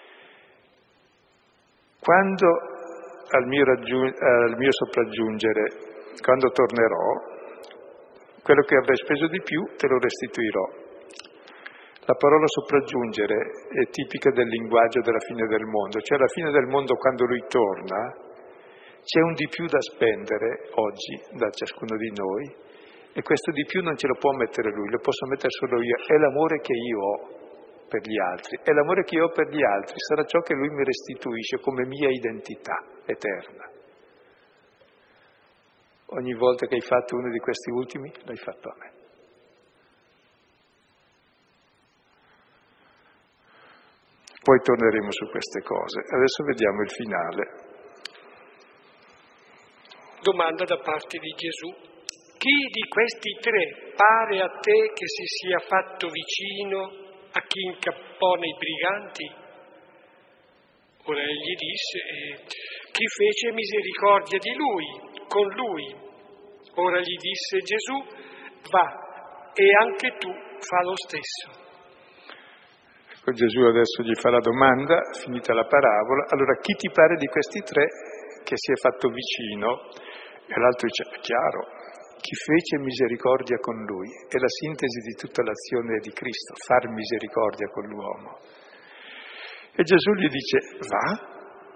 Quando al mio sopraggiungere, quando tornerò, quello che avrai speso di più te lo restituirò. La parola sopraggiungere è tipica del linguaggio della fine del mondo, cioè alla fine del mondo quando lui torna c'è un di più da spendere oggi da ciascuno di noi e questo di più non ce lo può mettere lui, lo posso mettere solo io, è l'amore che io ho per gli altri. E l'amore che io ho per gli altri sarà ciò che lui mi restituisce come mia identità eterna. Ogni volta che hai fatto uno di questi ultimi, l'hai fatto a me. Poi torneremo su queste cose. Adesso vediamo il finale. Domanda da parte di Gesù: chi di questi 3 pare a te che si sia fatto vicino a chi incappò nei briganti? Ora egli disse: chi fece misericordia di lui, con lui. Ora gli disse Gesù: va, e anche tu fa lo stesso. Ecco, Gesù adesso gli fa la domanda, finita la parabola: allora chi ti pare di questi 3 che si è fatto vicino? E l'altro dice: è chiaro, chi fece misericordia con lui. È la sintesi di tutta l'azione di Cristo, far misericordia con l'uomo. E Gesù gli dice, va?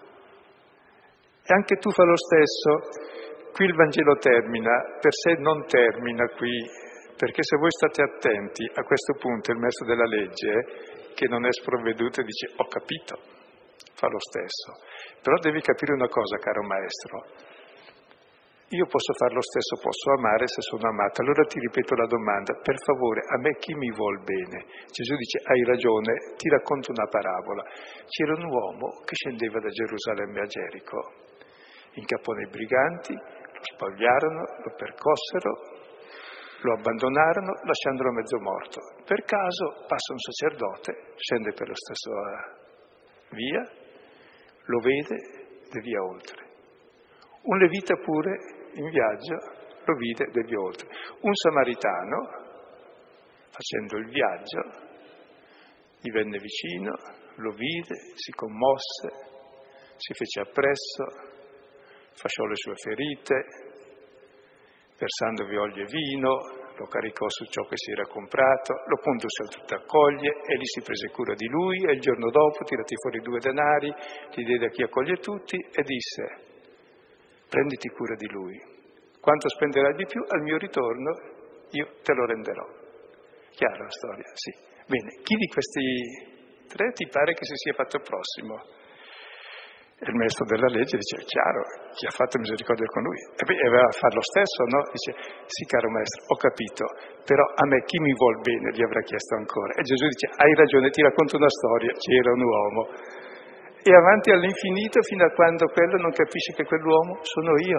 E anche tu fa lo stesso. Qui il Vangelo termina, per sé non termina qui, perché se voi state attenti, a questo punto il maestro della legge, che non è sprovveduto, dice, ho capito, fa lo stesso. Però devi capire una cosa, caro maestro, io posso fare lo stesso, posso amare se sono amato. Allora ti ripeto la domanda, per favore, a me chi mi vuol bene? Gesù dice, hai ragione, ti racconto una parabola. C'era un uomo che scendeva da Gerusalemme a Gerico, incappò nei briganti, lo spogliarono, lo percossero, lo abbandonarono, lasciandolo mezzo morto. Per caso passa un sacerdote, scende per la stessa via, lo vede, e via oltre. Un levita pure in viaggio lo vide e via oltre. Un samaritano, facendo il viaggio, gli venne vicino, lo vide, si commosse, si fece appresso, fasciò le sue ferite, versandovi olio e vino, lo caricò su ciò che si era comprato, lo condusse al tutt'accoglie, egli si prese cura di lui e il giorno dopo, tirati fuori 2 denari, li diede a chi accoglie tutti e disse, prenditi cura di lui, quanto spenderai di più al mio ritorno io te lo renderò. Chiara la storia? Sì. Bene, chi di questi 3 ti pare che si sia fatto prossimo? E il maestro della legge dice, è chiaro, chi ha fatto misericordia con lui? E poi aveva a fare lo stesso, no? Dice, sì caro maestro, ho capito, però a me chi mi vuol bene gli avrà chiesto ancora. E Gesù dice, hai ragione, ti racconto una storia, c'era un uomo. E avanti all'infinito fino a quando quello non capisce che quell'uomo sono io.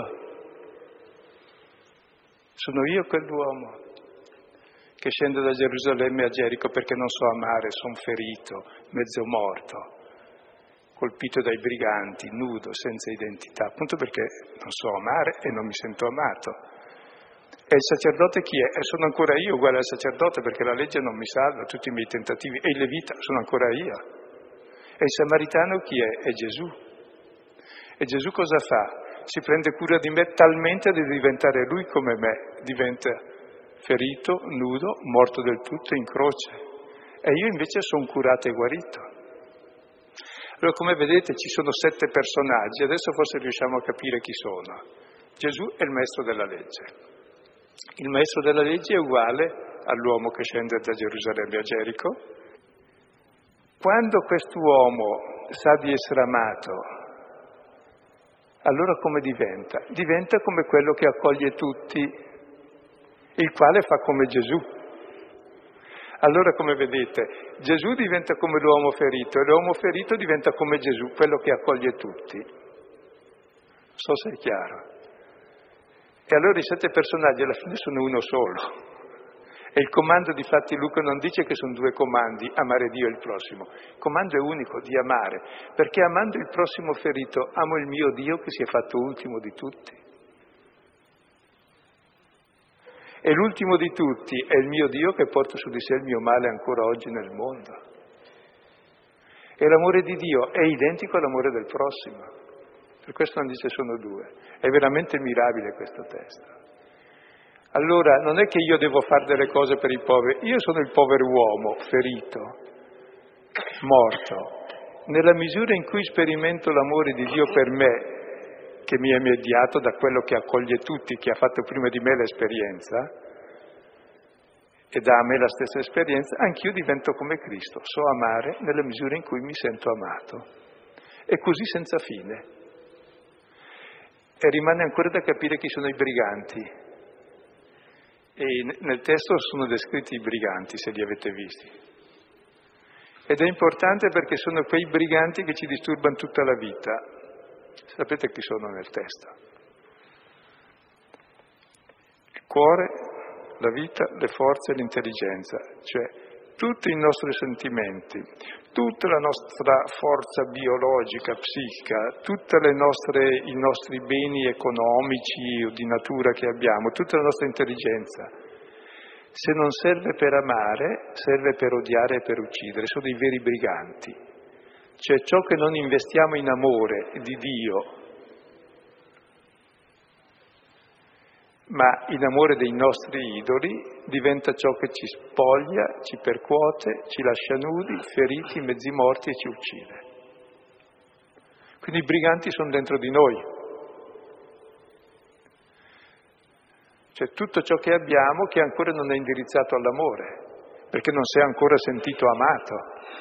Sono io quell'uomo che scende da Gerusalemme a Gerico perché non so amare, sono ferito, mezzo morto, colpito dai briganti, nudo, senza identità, appunto perché non so amare e non mi sento amato. E il sacerdote chi è? Sono ancora io uguale al sacerdote perché la legge non mi salva, tutti i miei tentativi. E il levita sono ancora io. E il samaritano chi è? È Gesù. E Gesù cosa fa? Si prende cura di me talmente da diventare lui come me, diventa ferito, nudo, morto del tutto in croce. E io invece sono curato e guarito. Allora, come vedete, ci sono 7 personaggi, adesso forse riusciamo a capire chi sono. Gesù è il maestro della legge. Il maestro della legge è uguale all'uomo che scende da Gerusalemme a Gerico. Quando quest'uomo sa di essere amato, allora come diventa? Diventa come quello che accoglie tutti, il quale fa come Gesù. Allora, come vedete, Gesù diventa come l'uomo ferito e l'uomo ferito diventa come Gesù, quello che accoglie tutti. Non so se è chiaro. E allora i 7 personaggi alla fine sono uno solo. E il comando, difatti, Luca non dice che sono 2 comandi, amare Dio e il prossimo. Il comando è unico, di amare, perché amando il prossimo ferito amo il mio Dio che si è fatto ultimo di tutti. E l'ultimo di tutti è il mio Dio che porta su di sé il mio male ancora oggi nel mondo. E l'amore di Dio è identico all'amore del prossimo. Per questo non dice sono 2. È veramente mirabile questo testo. Allora, non è che io devo fare delle cose per i poveri, io sono il povero uomo, ferito, morto. Nella misura in cui sperimento l'amore di Dio per me, che mi è mediato da quello che accoglie tutti, che ha fatto prima di me l'esperienza, e dà a me la stessa esperienza, anch'io divento come Cristo, so amare nella misura in cui mi sento amato. E così senza fine. E rimane ancora da capire chi sono i briganti. E nel testo sono descritti i briganti, se li avete visti. Ed è importante perché sono quei briganti che ci disturbano tutta la vita. Sapete chi sono nel testo? Il cuore, la vita, le forze e l'intelligenza, cioè tutti i nostri sentimenti, tutta la nostra forza biologica, psichica, tutti i nostri beni economici o di natura che abbiamo, tutta la nostra intelligenza, se non serve per amare, serve per odiare e per uccidere, sono dei veri briganti. Cioè ciò che non investiamo in amore di Dio, ma in amore dei nostri idoli, diventa ciò che ci spoglia, ci percuote, ci lascia nudi, feriti, mezzi morti e ci uccide. Quindi i briganti sono dentro di noi. Cioè tutto ciò che abbiamo che ancora non è indirizzato all'amore, perché non si è ancora sentito amato.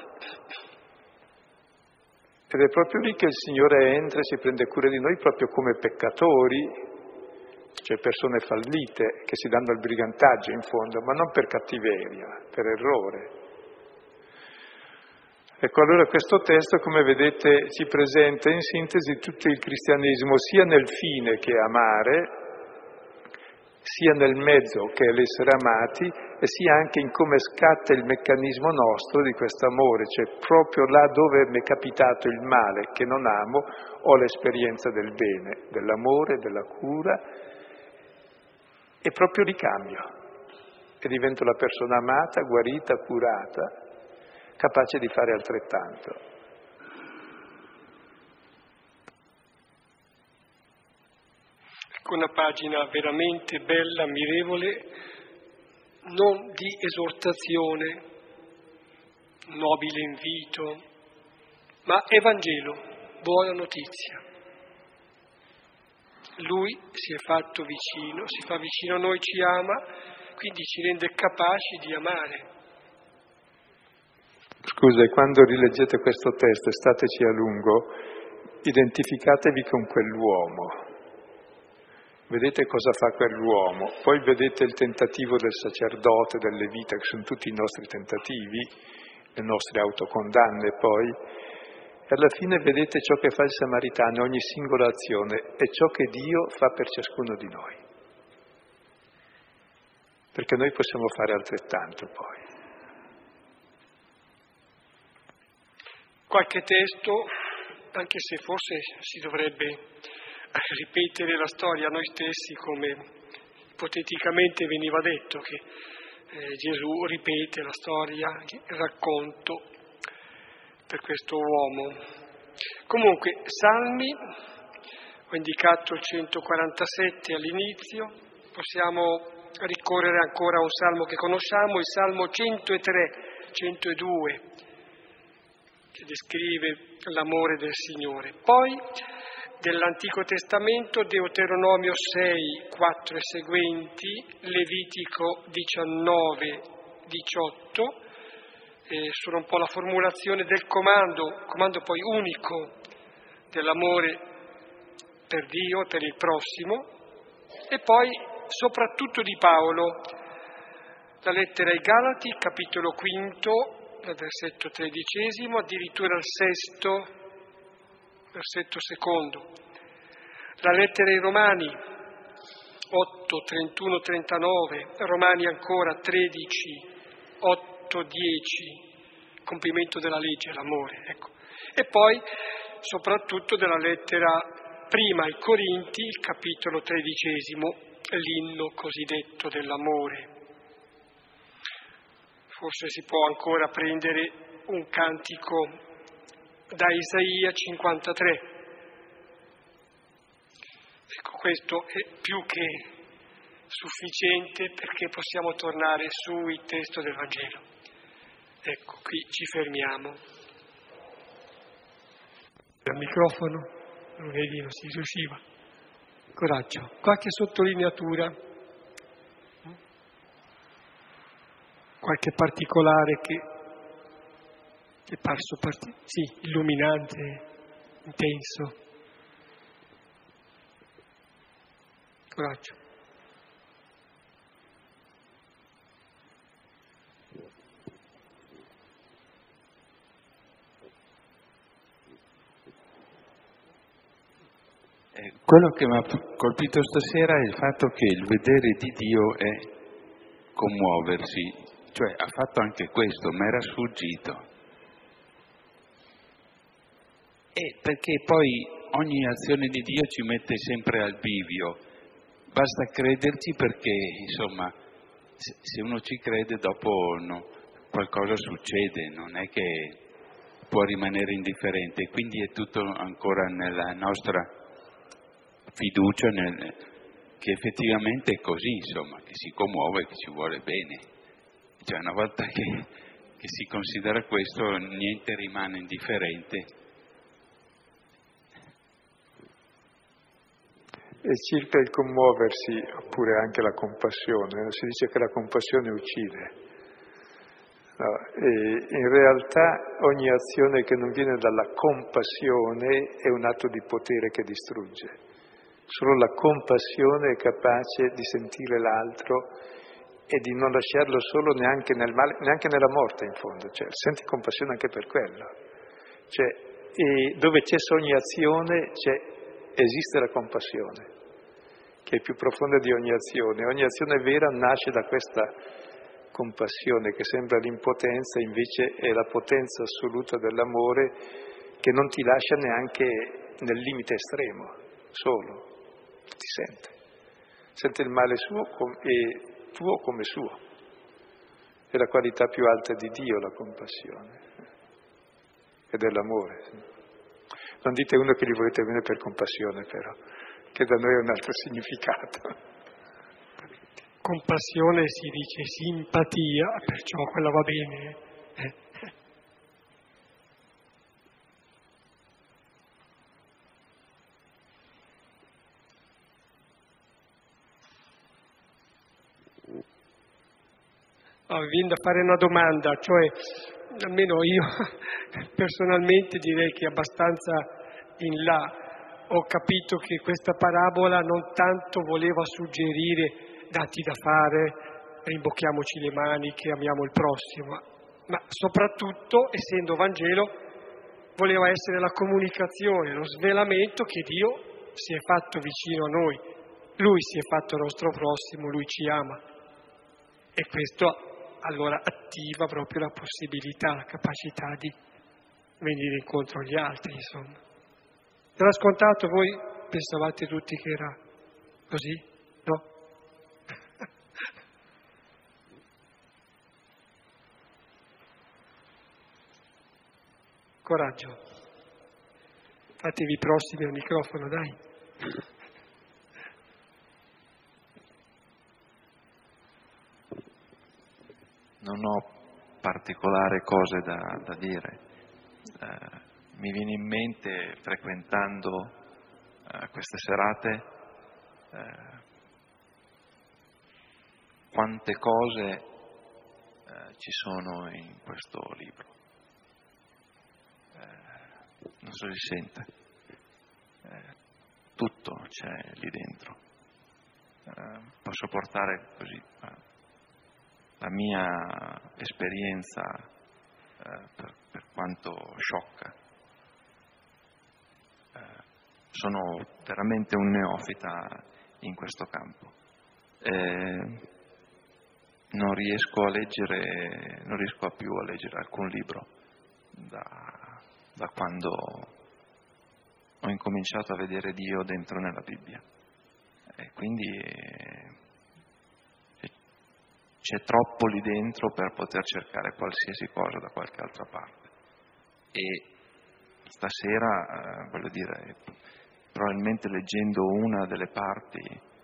Ed è proprio lì che il Signore entra e si prende cura di noi proprio come peccatori, cioè persone fallite che si danno al brigantaggio in fondo, ma non per cattiveria, per errore. Ecco, allora questo testo, come vedete, ci presenta in sintesi tutto il cristianesimo, sia nel fine che è amare, sia nel mezzo che è l'essere amati, e sia anche in come scatta il meccanismo nostro di questo amore, cioè proprio là dove mi è capitato il male che non amo, ho l'esperienza del bene, dell'amore, della cura, e proprio li cambio, e divento la persona amata, guarita, curata, capace di fare altrettanto. Ecco una pagina veramente bella, ammirevole, non di esortazione, nobile invito, ma Evangelo, buona notizia. Lui si è fatto vicino, si fa vicino a noi, ci ama, quindi ci rende capaci di amare. Scusa, quando rileggete questo testo, stateci a lungo, identificatevi con quell'uomo. Vedete cosa fa quell'uomo, poi vedete il tentativo del sacerdote, del levita, che sono tutti i nostri tentativi, le nostre autocondanne poi, e alla fine vedete ciò che fa il samaritano, ogni singola azione, e ciò che Dio fa per ciascuno di noi. Perché noi possiamo fare altrettanto poi. Qualche testo, anche se forse si dovrebbe ripetere la storia a noi stessi, come ipoteticamente veniva detto, che Gesù ripete la storia, il racconto per questo uomo. Comunque, Salmi, ho indicato il 147 all'inizio, possiamo ricorrere ancora a un salmo che conosciamo, il Salmo 103, 102, che descrive l'amore del Signore. Poi dell'Antico Testamento, Deuteronomio 6, 4 e seguenti, Levitico 19, 18, sono un po' la formulazione del comando poi unico dell'amore per Dio e per il prossimo, e poi soprattutto di Paolo, la lettera ai Galati, capitolo 5, dal versetto 13, addirittura al 6, versetto 2. La lettera ai Romani, 8, 31, 39, Romani ancora 13, 8, 10, compimento della legge, l'amore, ecco. E poi soprattutto della lettera prima ai Corinti, il capitolo 13, l'inno cosiddetto dell'amore. Forse si può ancora prendere un cantico da Isaia 53. Ecco, questo è più che sufficiente perché possiamo tornare sul testo del Vangelo. Ecco, qui ci fermiamo. Il microfono, non vedi, non si riusciva. Coraggio. Qualche sottolineatura? Qualche particolare che è parso illuminante, intenso. Coraggio. Quello che mi ha colpito stasera è il fatto che il vedere di Dio è commuoversi, cioè ha fatto anche questo, ma era sfuggito. E perché poi ogni azione di Dio ci mette sempre al bivio, basta crederci perché, insomma, se uno ci crede dopo qualcosa succede, non è che può rimanere indifferente, quindi è tutto ancora nella nostra fiducia che effettivamente è così, insomma, che si commuove, che ci vuole bene. Cioè una volta che si considera questo, niente rimane indifferente. E circa il commuoversi, oppure anche la compassione, si dice che la compassione uccide. No, e in realtà ogni azione che non viene dalla compassione è un atto di potere che distrugge. Solo la compassione è capace di sentire l'altro e di non lasciarlo solo neanche nel male, neanche nella morte in fondo. Cioè, senti compassione anche per quello. Cioè, e dove c'è ogni azione esiste la compassione, che è più profonda di ogni azione. Ogni azione vera nasce da questa compassione che sembra l'impotenza, invece è la potenza assoluta dell'amore che non ti lascia neanche nel limite estremo, solo, ti sente il male suo e tuo come suo. È la qualità più alta di Dio la compassione e dell'amore. Non dite uno che gli volete bene per compassione però, che da noi ha un altro significato. Compassione si dice simpatia, perciò quella va bene. Mi viene da fare una domanda, cioè almeno io personalmente direi che abbastanza in là ho capito che questa parabola non tanto voleva suggerire dati da fare, rimbocchiamoci le maniche, amiamo il prossimo, ma soprattutto, essendo Vangelo, voleva essere la comunicazione, lo svelamento che Dio si è fatto vicino a noi, Lui si è fatto nostro prossimo, Lui ci ama. E questo allora attiva proprio la possibilità, la capacità di venire incontro agli altri, insomma. Era scontato, voi pensavate tutti che era così? No? Coraggio. Fatevi prossimi al microfono, dai. Non ho particolari cose da dire. Mi viene in mente, frequentando queste serate, quante cose ci sono in questo libro. Non so se si sente. Tutto c'è lì dentro. Posso portare così la mia esperienza per quanto sciocca. Sono veramente un neofita in questo campo. Non riesco più a leggere alcun libro da quando ho incominciato a vedere Dio dentro nella Bibbia. E quindi c'è troppo lì dentro per poter cercare qualsiasi cosa da qualche altra parte. E stasera, voglio dire, probabilmente leggendo una delle parti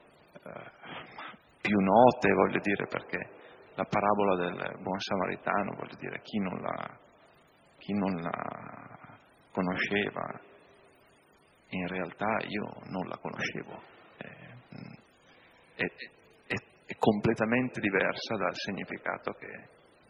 più note, voglio dire, perché la parabola del buon samaritano, voglio dire, chi non la conosceva, in realtà io non la conoscevo. È completamente diversa dal significato che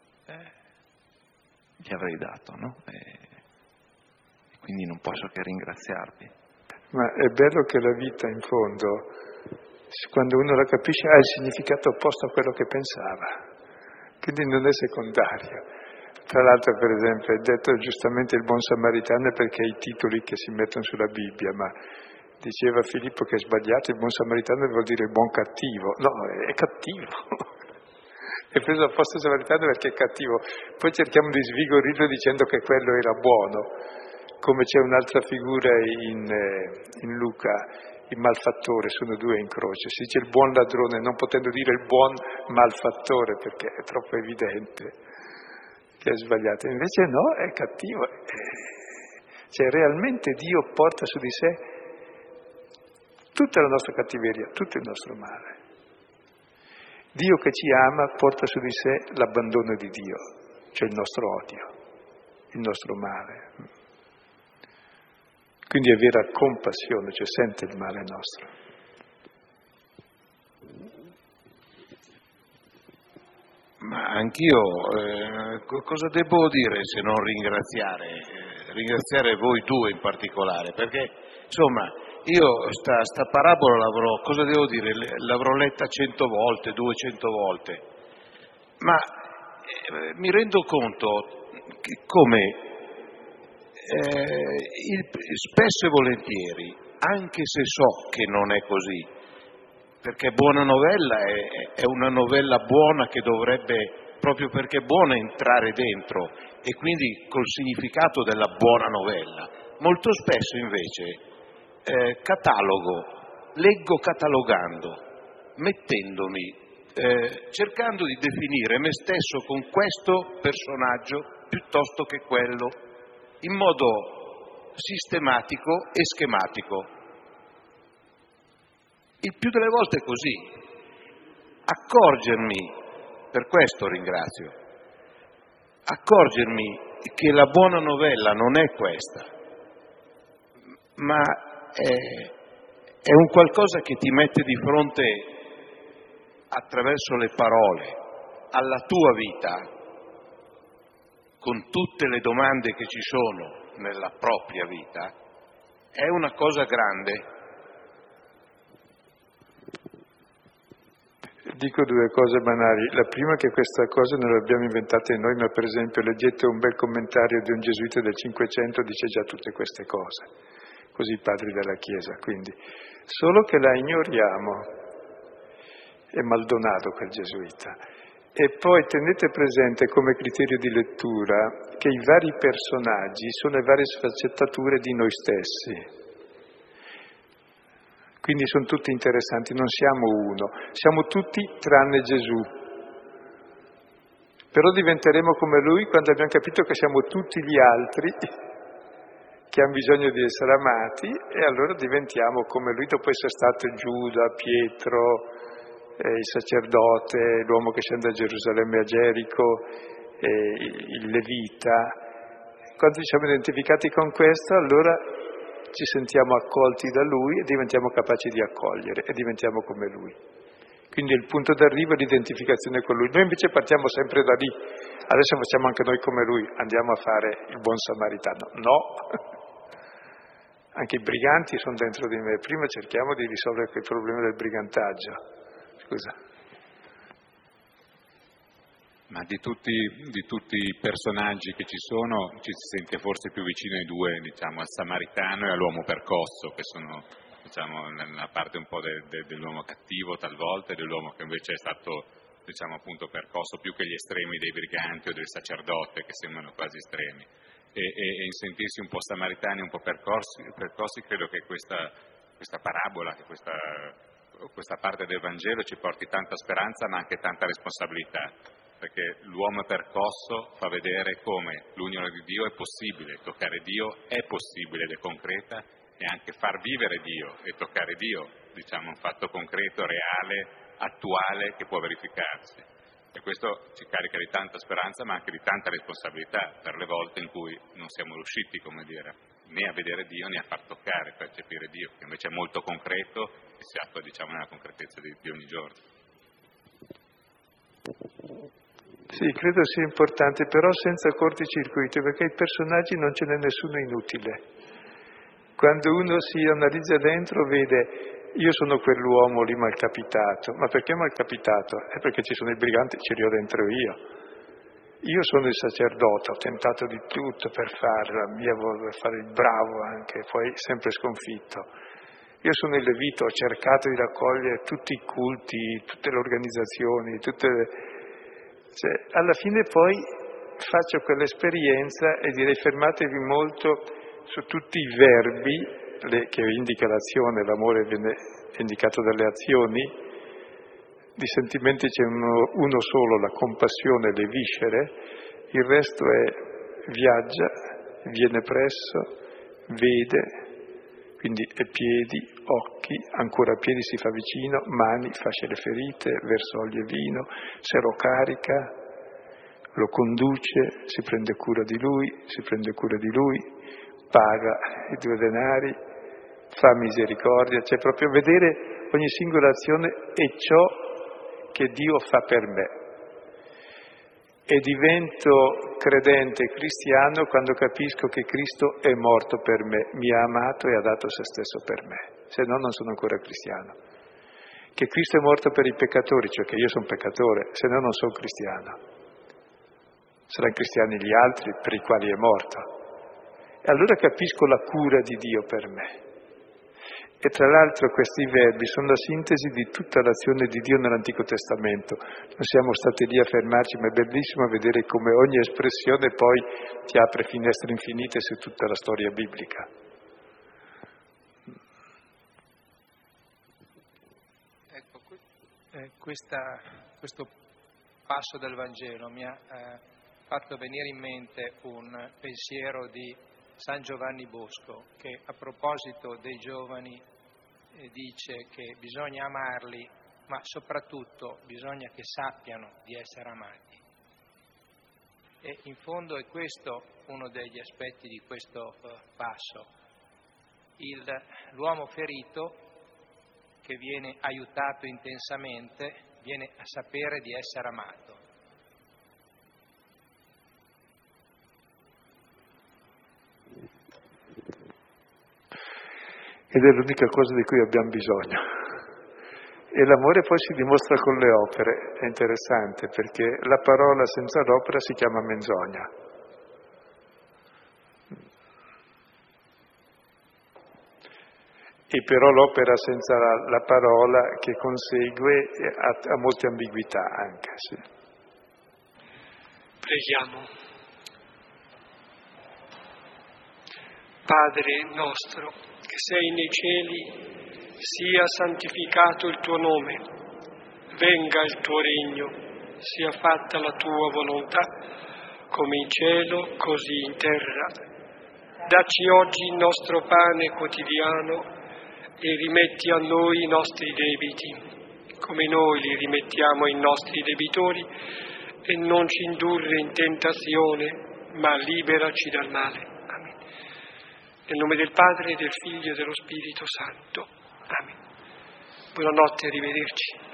gli avrei dato, no? E quindi non posso che ringraziarvi. Ma è bello che la vita, in fondo, quando uno la capisce, ha il significato opposto a quello che pensava, quindi non è secondario. Tra l'altro, per esempio, hai detto giustamente il buon samaritano perché i titoli che si mettono sulla Bibbia, ma diceva Filippo che è sbagliato, il buon samaritano vuol dire il buon cattivo. No, è cattivo. È preso a posto il samaritano perché è cattivo. Poi cerchiamo di svigorirlo dicendo che quello era buono. Come c'è un'altra figura in Luca, il malfattore, sono due in croce. Si dice il buon ladrone, non potendo dire il buon malfattore perché è troppo evidente che è sbagliato. Invece no, è cattivo. Cioè realmente Dio porta su di sé tutta la nostra cattiveria, tutto il nostro male. Dio che ci ama porta su di sé l'abbandono di Dio, cioè il nostro odio, il nostro male. Quindi è vera compassione, cioè sente il male nostro. Ma anch'io, cosa devo dire se non ringraziare? Ringraziare voi due in particolare, perché insomma io sta parabola cosa devo dire? L'avrò letta 100 volte, 200 volte, ma mi rendo conto che come spesso e volentieri, anche se so che non è così, perché buona novella è una novella buona che dovrebbe, proprio perché è buona, entrare dentro, e quindi col significato della buona novella. Molto spesso invece leggo catalogando, mettendomi, cercando di definire me stesso con questo personaggio piuttosto che quello, in modo sistematico e schematico. Il più delle volte è così. Accorgermi, per questo ringrazio, accorgermi che la buona novella non è questa, ma è un qualcosa che ti mette di fronte, attraverso le parole, alla tua vita, con tutte le domande che ci sono nella propria vita, è una cosa grande. Dico due cose banali. La prima è che questa cosa non l'abbiamo inventata noi, ma per esempio leggete un bel commentario di un gesuita del Cinquecento, dice già tutte queste cose, così i padri della Chiesa, quindi solo che la ignoriamo. È Maldonado quel gesuita. E poi tenete presente come criterio di lettura che i vari personaggi sono le varie sfaccettature di noi stessi. Quindi sono tutti interessanti, non siamo uno, siamo tutti tranne Gesù. Però diventeremo come Lui quando abbiamo capito che siamo tutti gli altri che hanno bisogno di essere amati, e allora diventiamo come Lui dopo essere stato Giuda, Pietro, il sacerdote, l'uomo che scende a Gerusalemme e a Gerico, il Levita. Quando ci siamo identificati con questo, allora ci sentiamo accolti da Lui e diventiamo capaci di accogliere e diventiamo come Lui. Quindi il punto d'arrivo è l'identificazione con Lui. Noi invece partiamo sempre da lì. Adesso facciamo anche noi come Lui, andiamo a fare il buon samaritano. No, anche i briganti sono dentro di me. Prima cerchiamo di risolvere quel problema del brigantaggio. Scusa. Ma di tutti i personaggi che ci sono, ci si sente forse più vicino ai due, diciamo, al samaritano e all'uomo percosso, che sono, diciamo, nella parte un po' dell'uomo cattivo talvolta e dell'uomo che invece è stato, diciamo, appunto percosso, più che gli estremi dei briganti o del sacerdote, che sembrano quasi estremi. E in sentirsi un po' samaritani, un po' percossi, credo che questa parabola, che questa parte del Vangelo ci porti tanta speranza ma anche tanta responsabilità, perché l'uomo percosso fa vedere come l'unione di Dio è possibile, toccare Dio è possibile ed è concreta, e anche far vivere Dio e toccare Dio, diciamo, un fatto concreto, reale, attuale, che può verificarsi. E questo ci carica di tanta speranza ma anche di tanta responsabilità per le volte in cui non siamo riusciti, come dire, né a vedere Dio né a far toccare, percepire Dio, che invece è molto concreto e si attua, diciamo, nella concretezza di ogni giorno. Sì, credo sia importante, però senza corticircuiti, perché i personaggi non ce n'è nessuno inutile. Quando uno si analizza dentro vede, io sono quell'uomo lì malcapitato, ma perché malcapitato? È perché ci sono i briganti, ci ero dentro io. Io sono il sacerdote, ho tentato di tutto per fare la mia, per fare il bravo anche, poi sempre sconfitto. Io sono il Levita, ho cercato di raccogliere tutti i culti, tutte le organizzazioni, cioè, alla fine poi faccio quell'esperienza e direi fermatevi molto su tutti i verbi che indica l'azione, l'amore viene indicato dalle azioni, di sentimenti c'è uno solo, la compassione, le viscere, il resto è viaggia, viene presso, vede, quindi è piedi, occhi, ancora piedi si fa vicino, mani, fascia le ferite, verso olio e vino, se lo carica, lo conduce, si prende cura di lui, paga i 2 denari, fa misericordia, cioè proprio vedere ogni singola azione e ciò che Dio fa per me. e divento credente cristiano quando capisco che Cristo è morto per me, mi ha amato e ha dato se stesso per me, se no non sono ancora cristiano. Che Cristo è morto per i peccatori, cioè che io sono peccatore, se no non sono cristiano. Saranno cristiani gli altri per i quali è morto. E allora capisco la cura di Dio per me. E tra l'altro questi verbi sono la sintesi di tutta l'azione di Dio nell'Antico Testamento. Non siamo stati lì a fermarci, ma è bellissimo vedere come ogni espressione poi ti apre finestre infinite su tutta la storia biblica. Ecco, questo passo del Vangelo mi ha fatto venire in mente un pensiero di San Giovanni Bosco, che a proposito dei giovani dice che bisogna amarli, ma soprattutto bisogna che sappiano di essere amati. E in fondo è questo uno degli aspetti di questo passo. L'uomo ferito che viene aiutato intensamente viene a sapere di essere amato. Ed è l'unica cosa di cui abbiamo bisogno. E l'amore poi si dimostra con le opere, è interessante, perché la parola senza l'opera si chiama menzogna. E però l'opera senza la parola che consegue ha molte ambiguità anche, sì. Preghiamo. Padre nostro, che sei nei cieli, sia santificato il tuo nome, venga il tuo regno, sia fatta la tua volontà, come in cielo, così in terra. Dacci oggi il nostro pane quotidiano e rimetti a noi i nostri debiti, come noi li rimettiamo ai nostri debitori, e non ci indurre in tentazione, ma liberaci dal male. Amen. Nel nome del Padre, del Figlio e dello Spirito Santo. Amen. Buonanotte, arrivederci.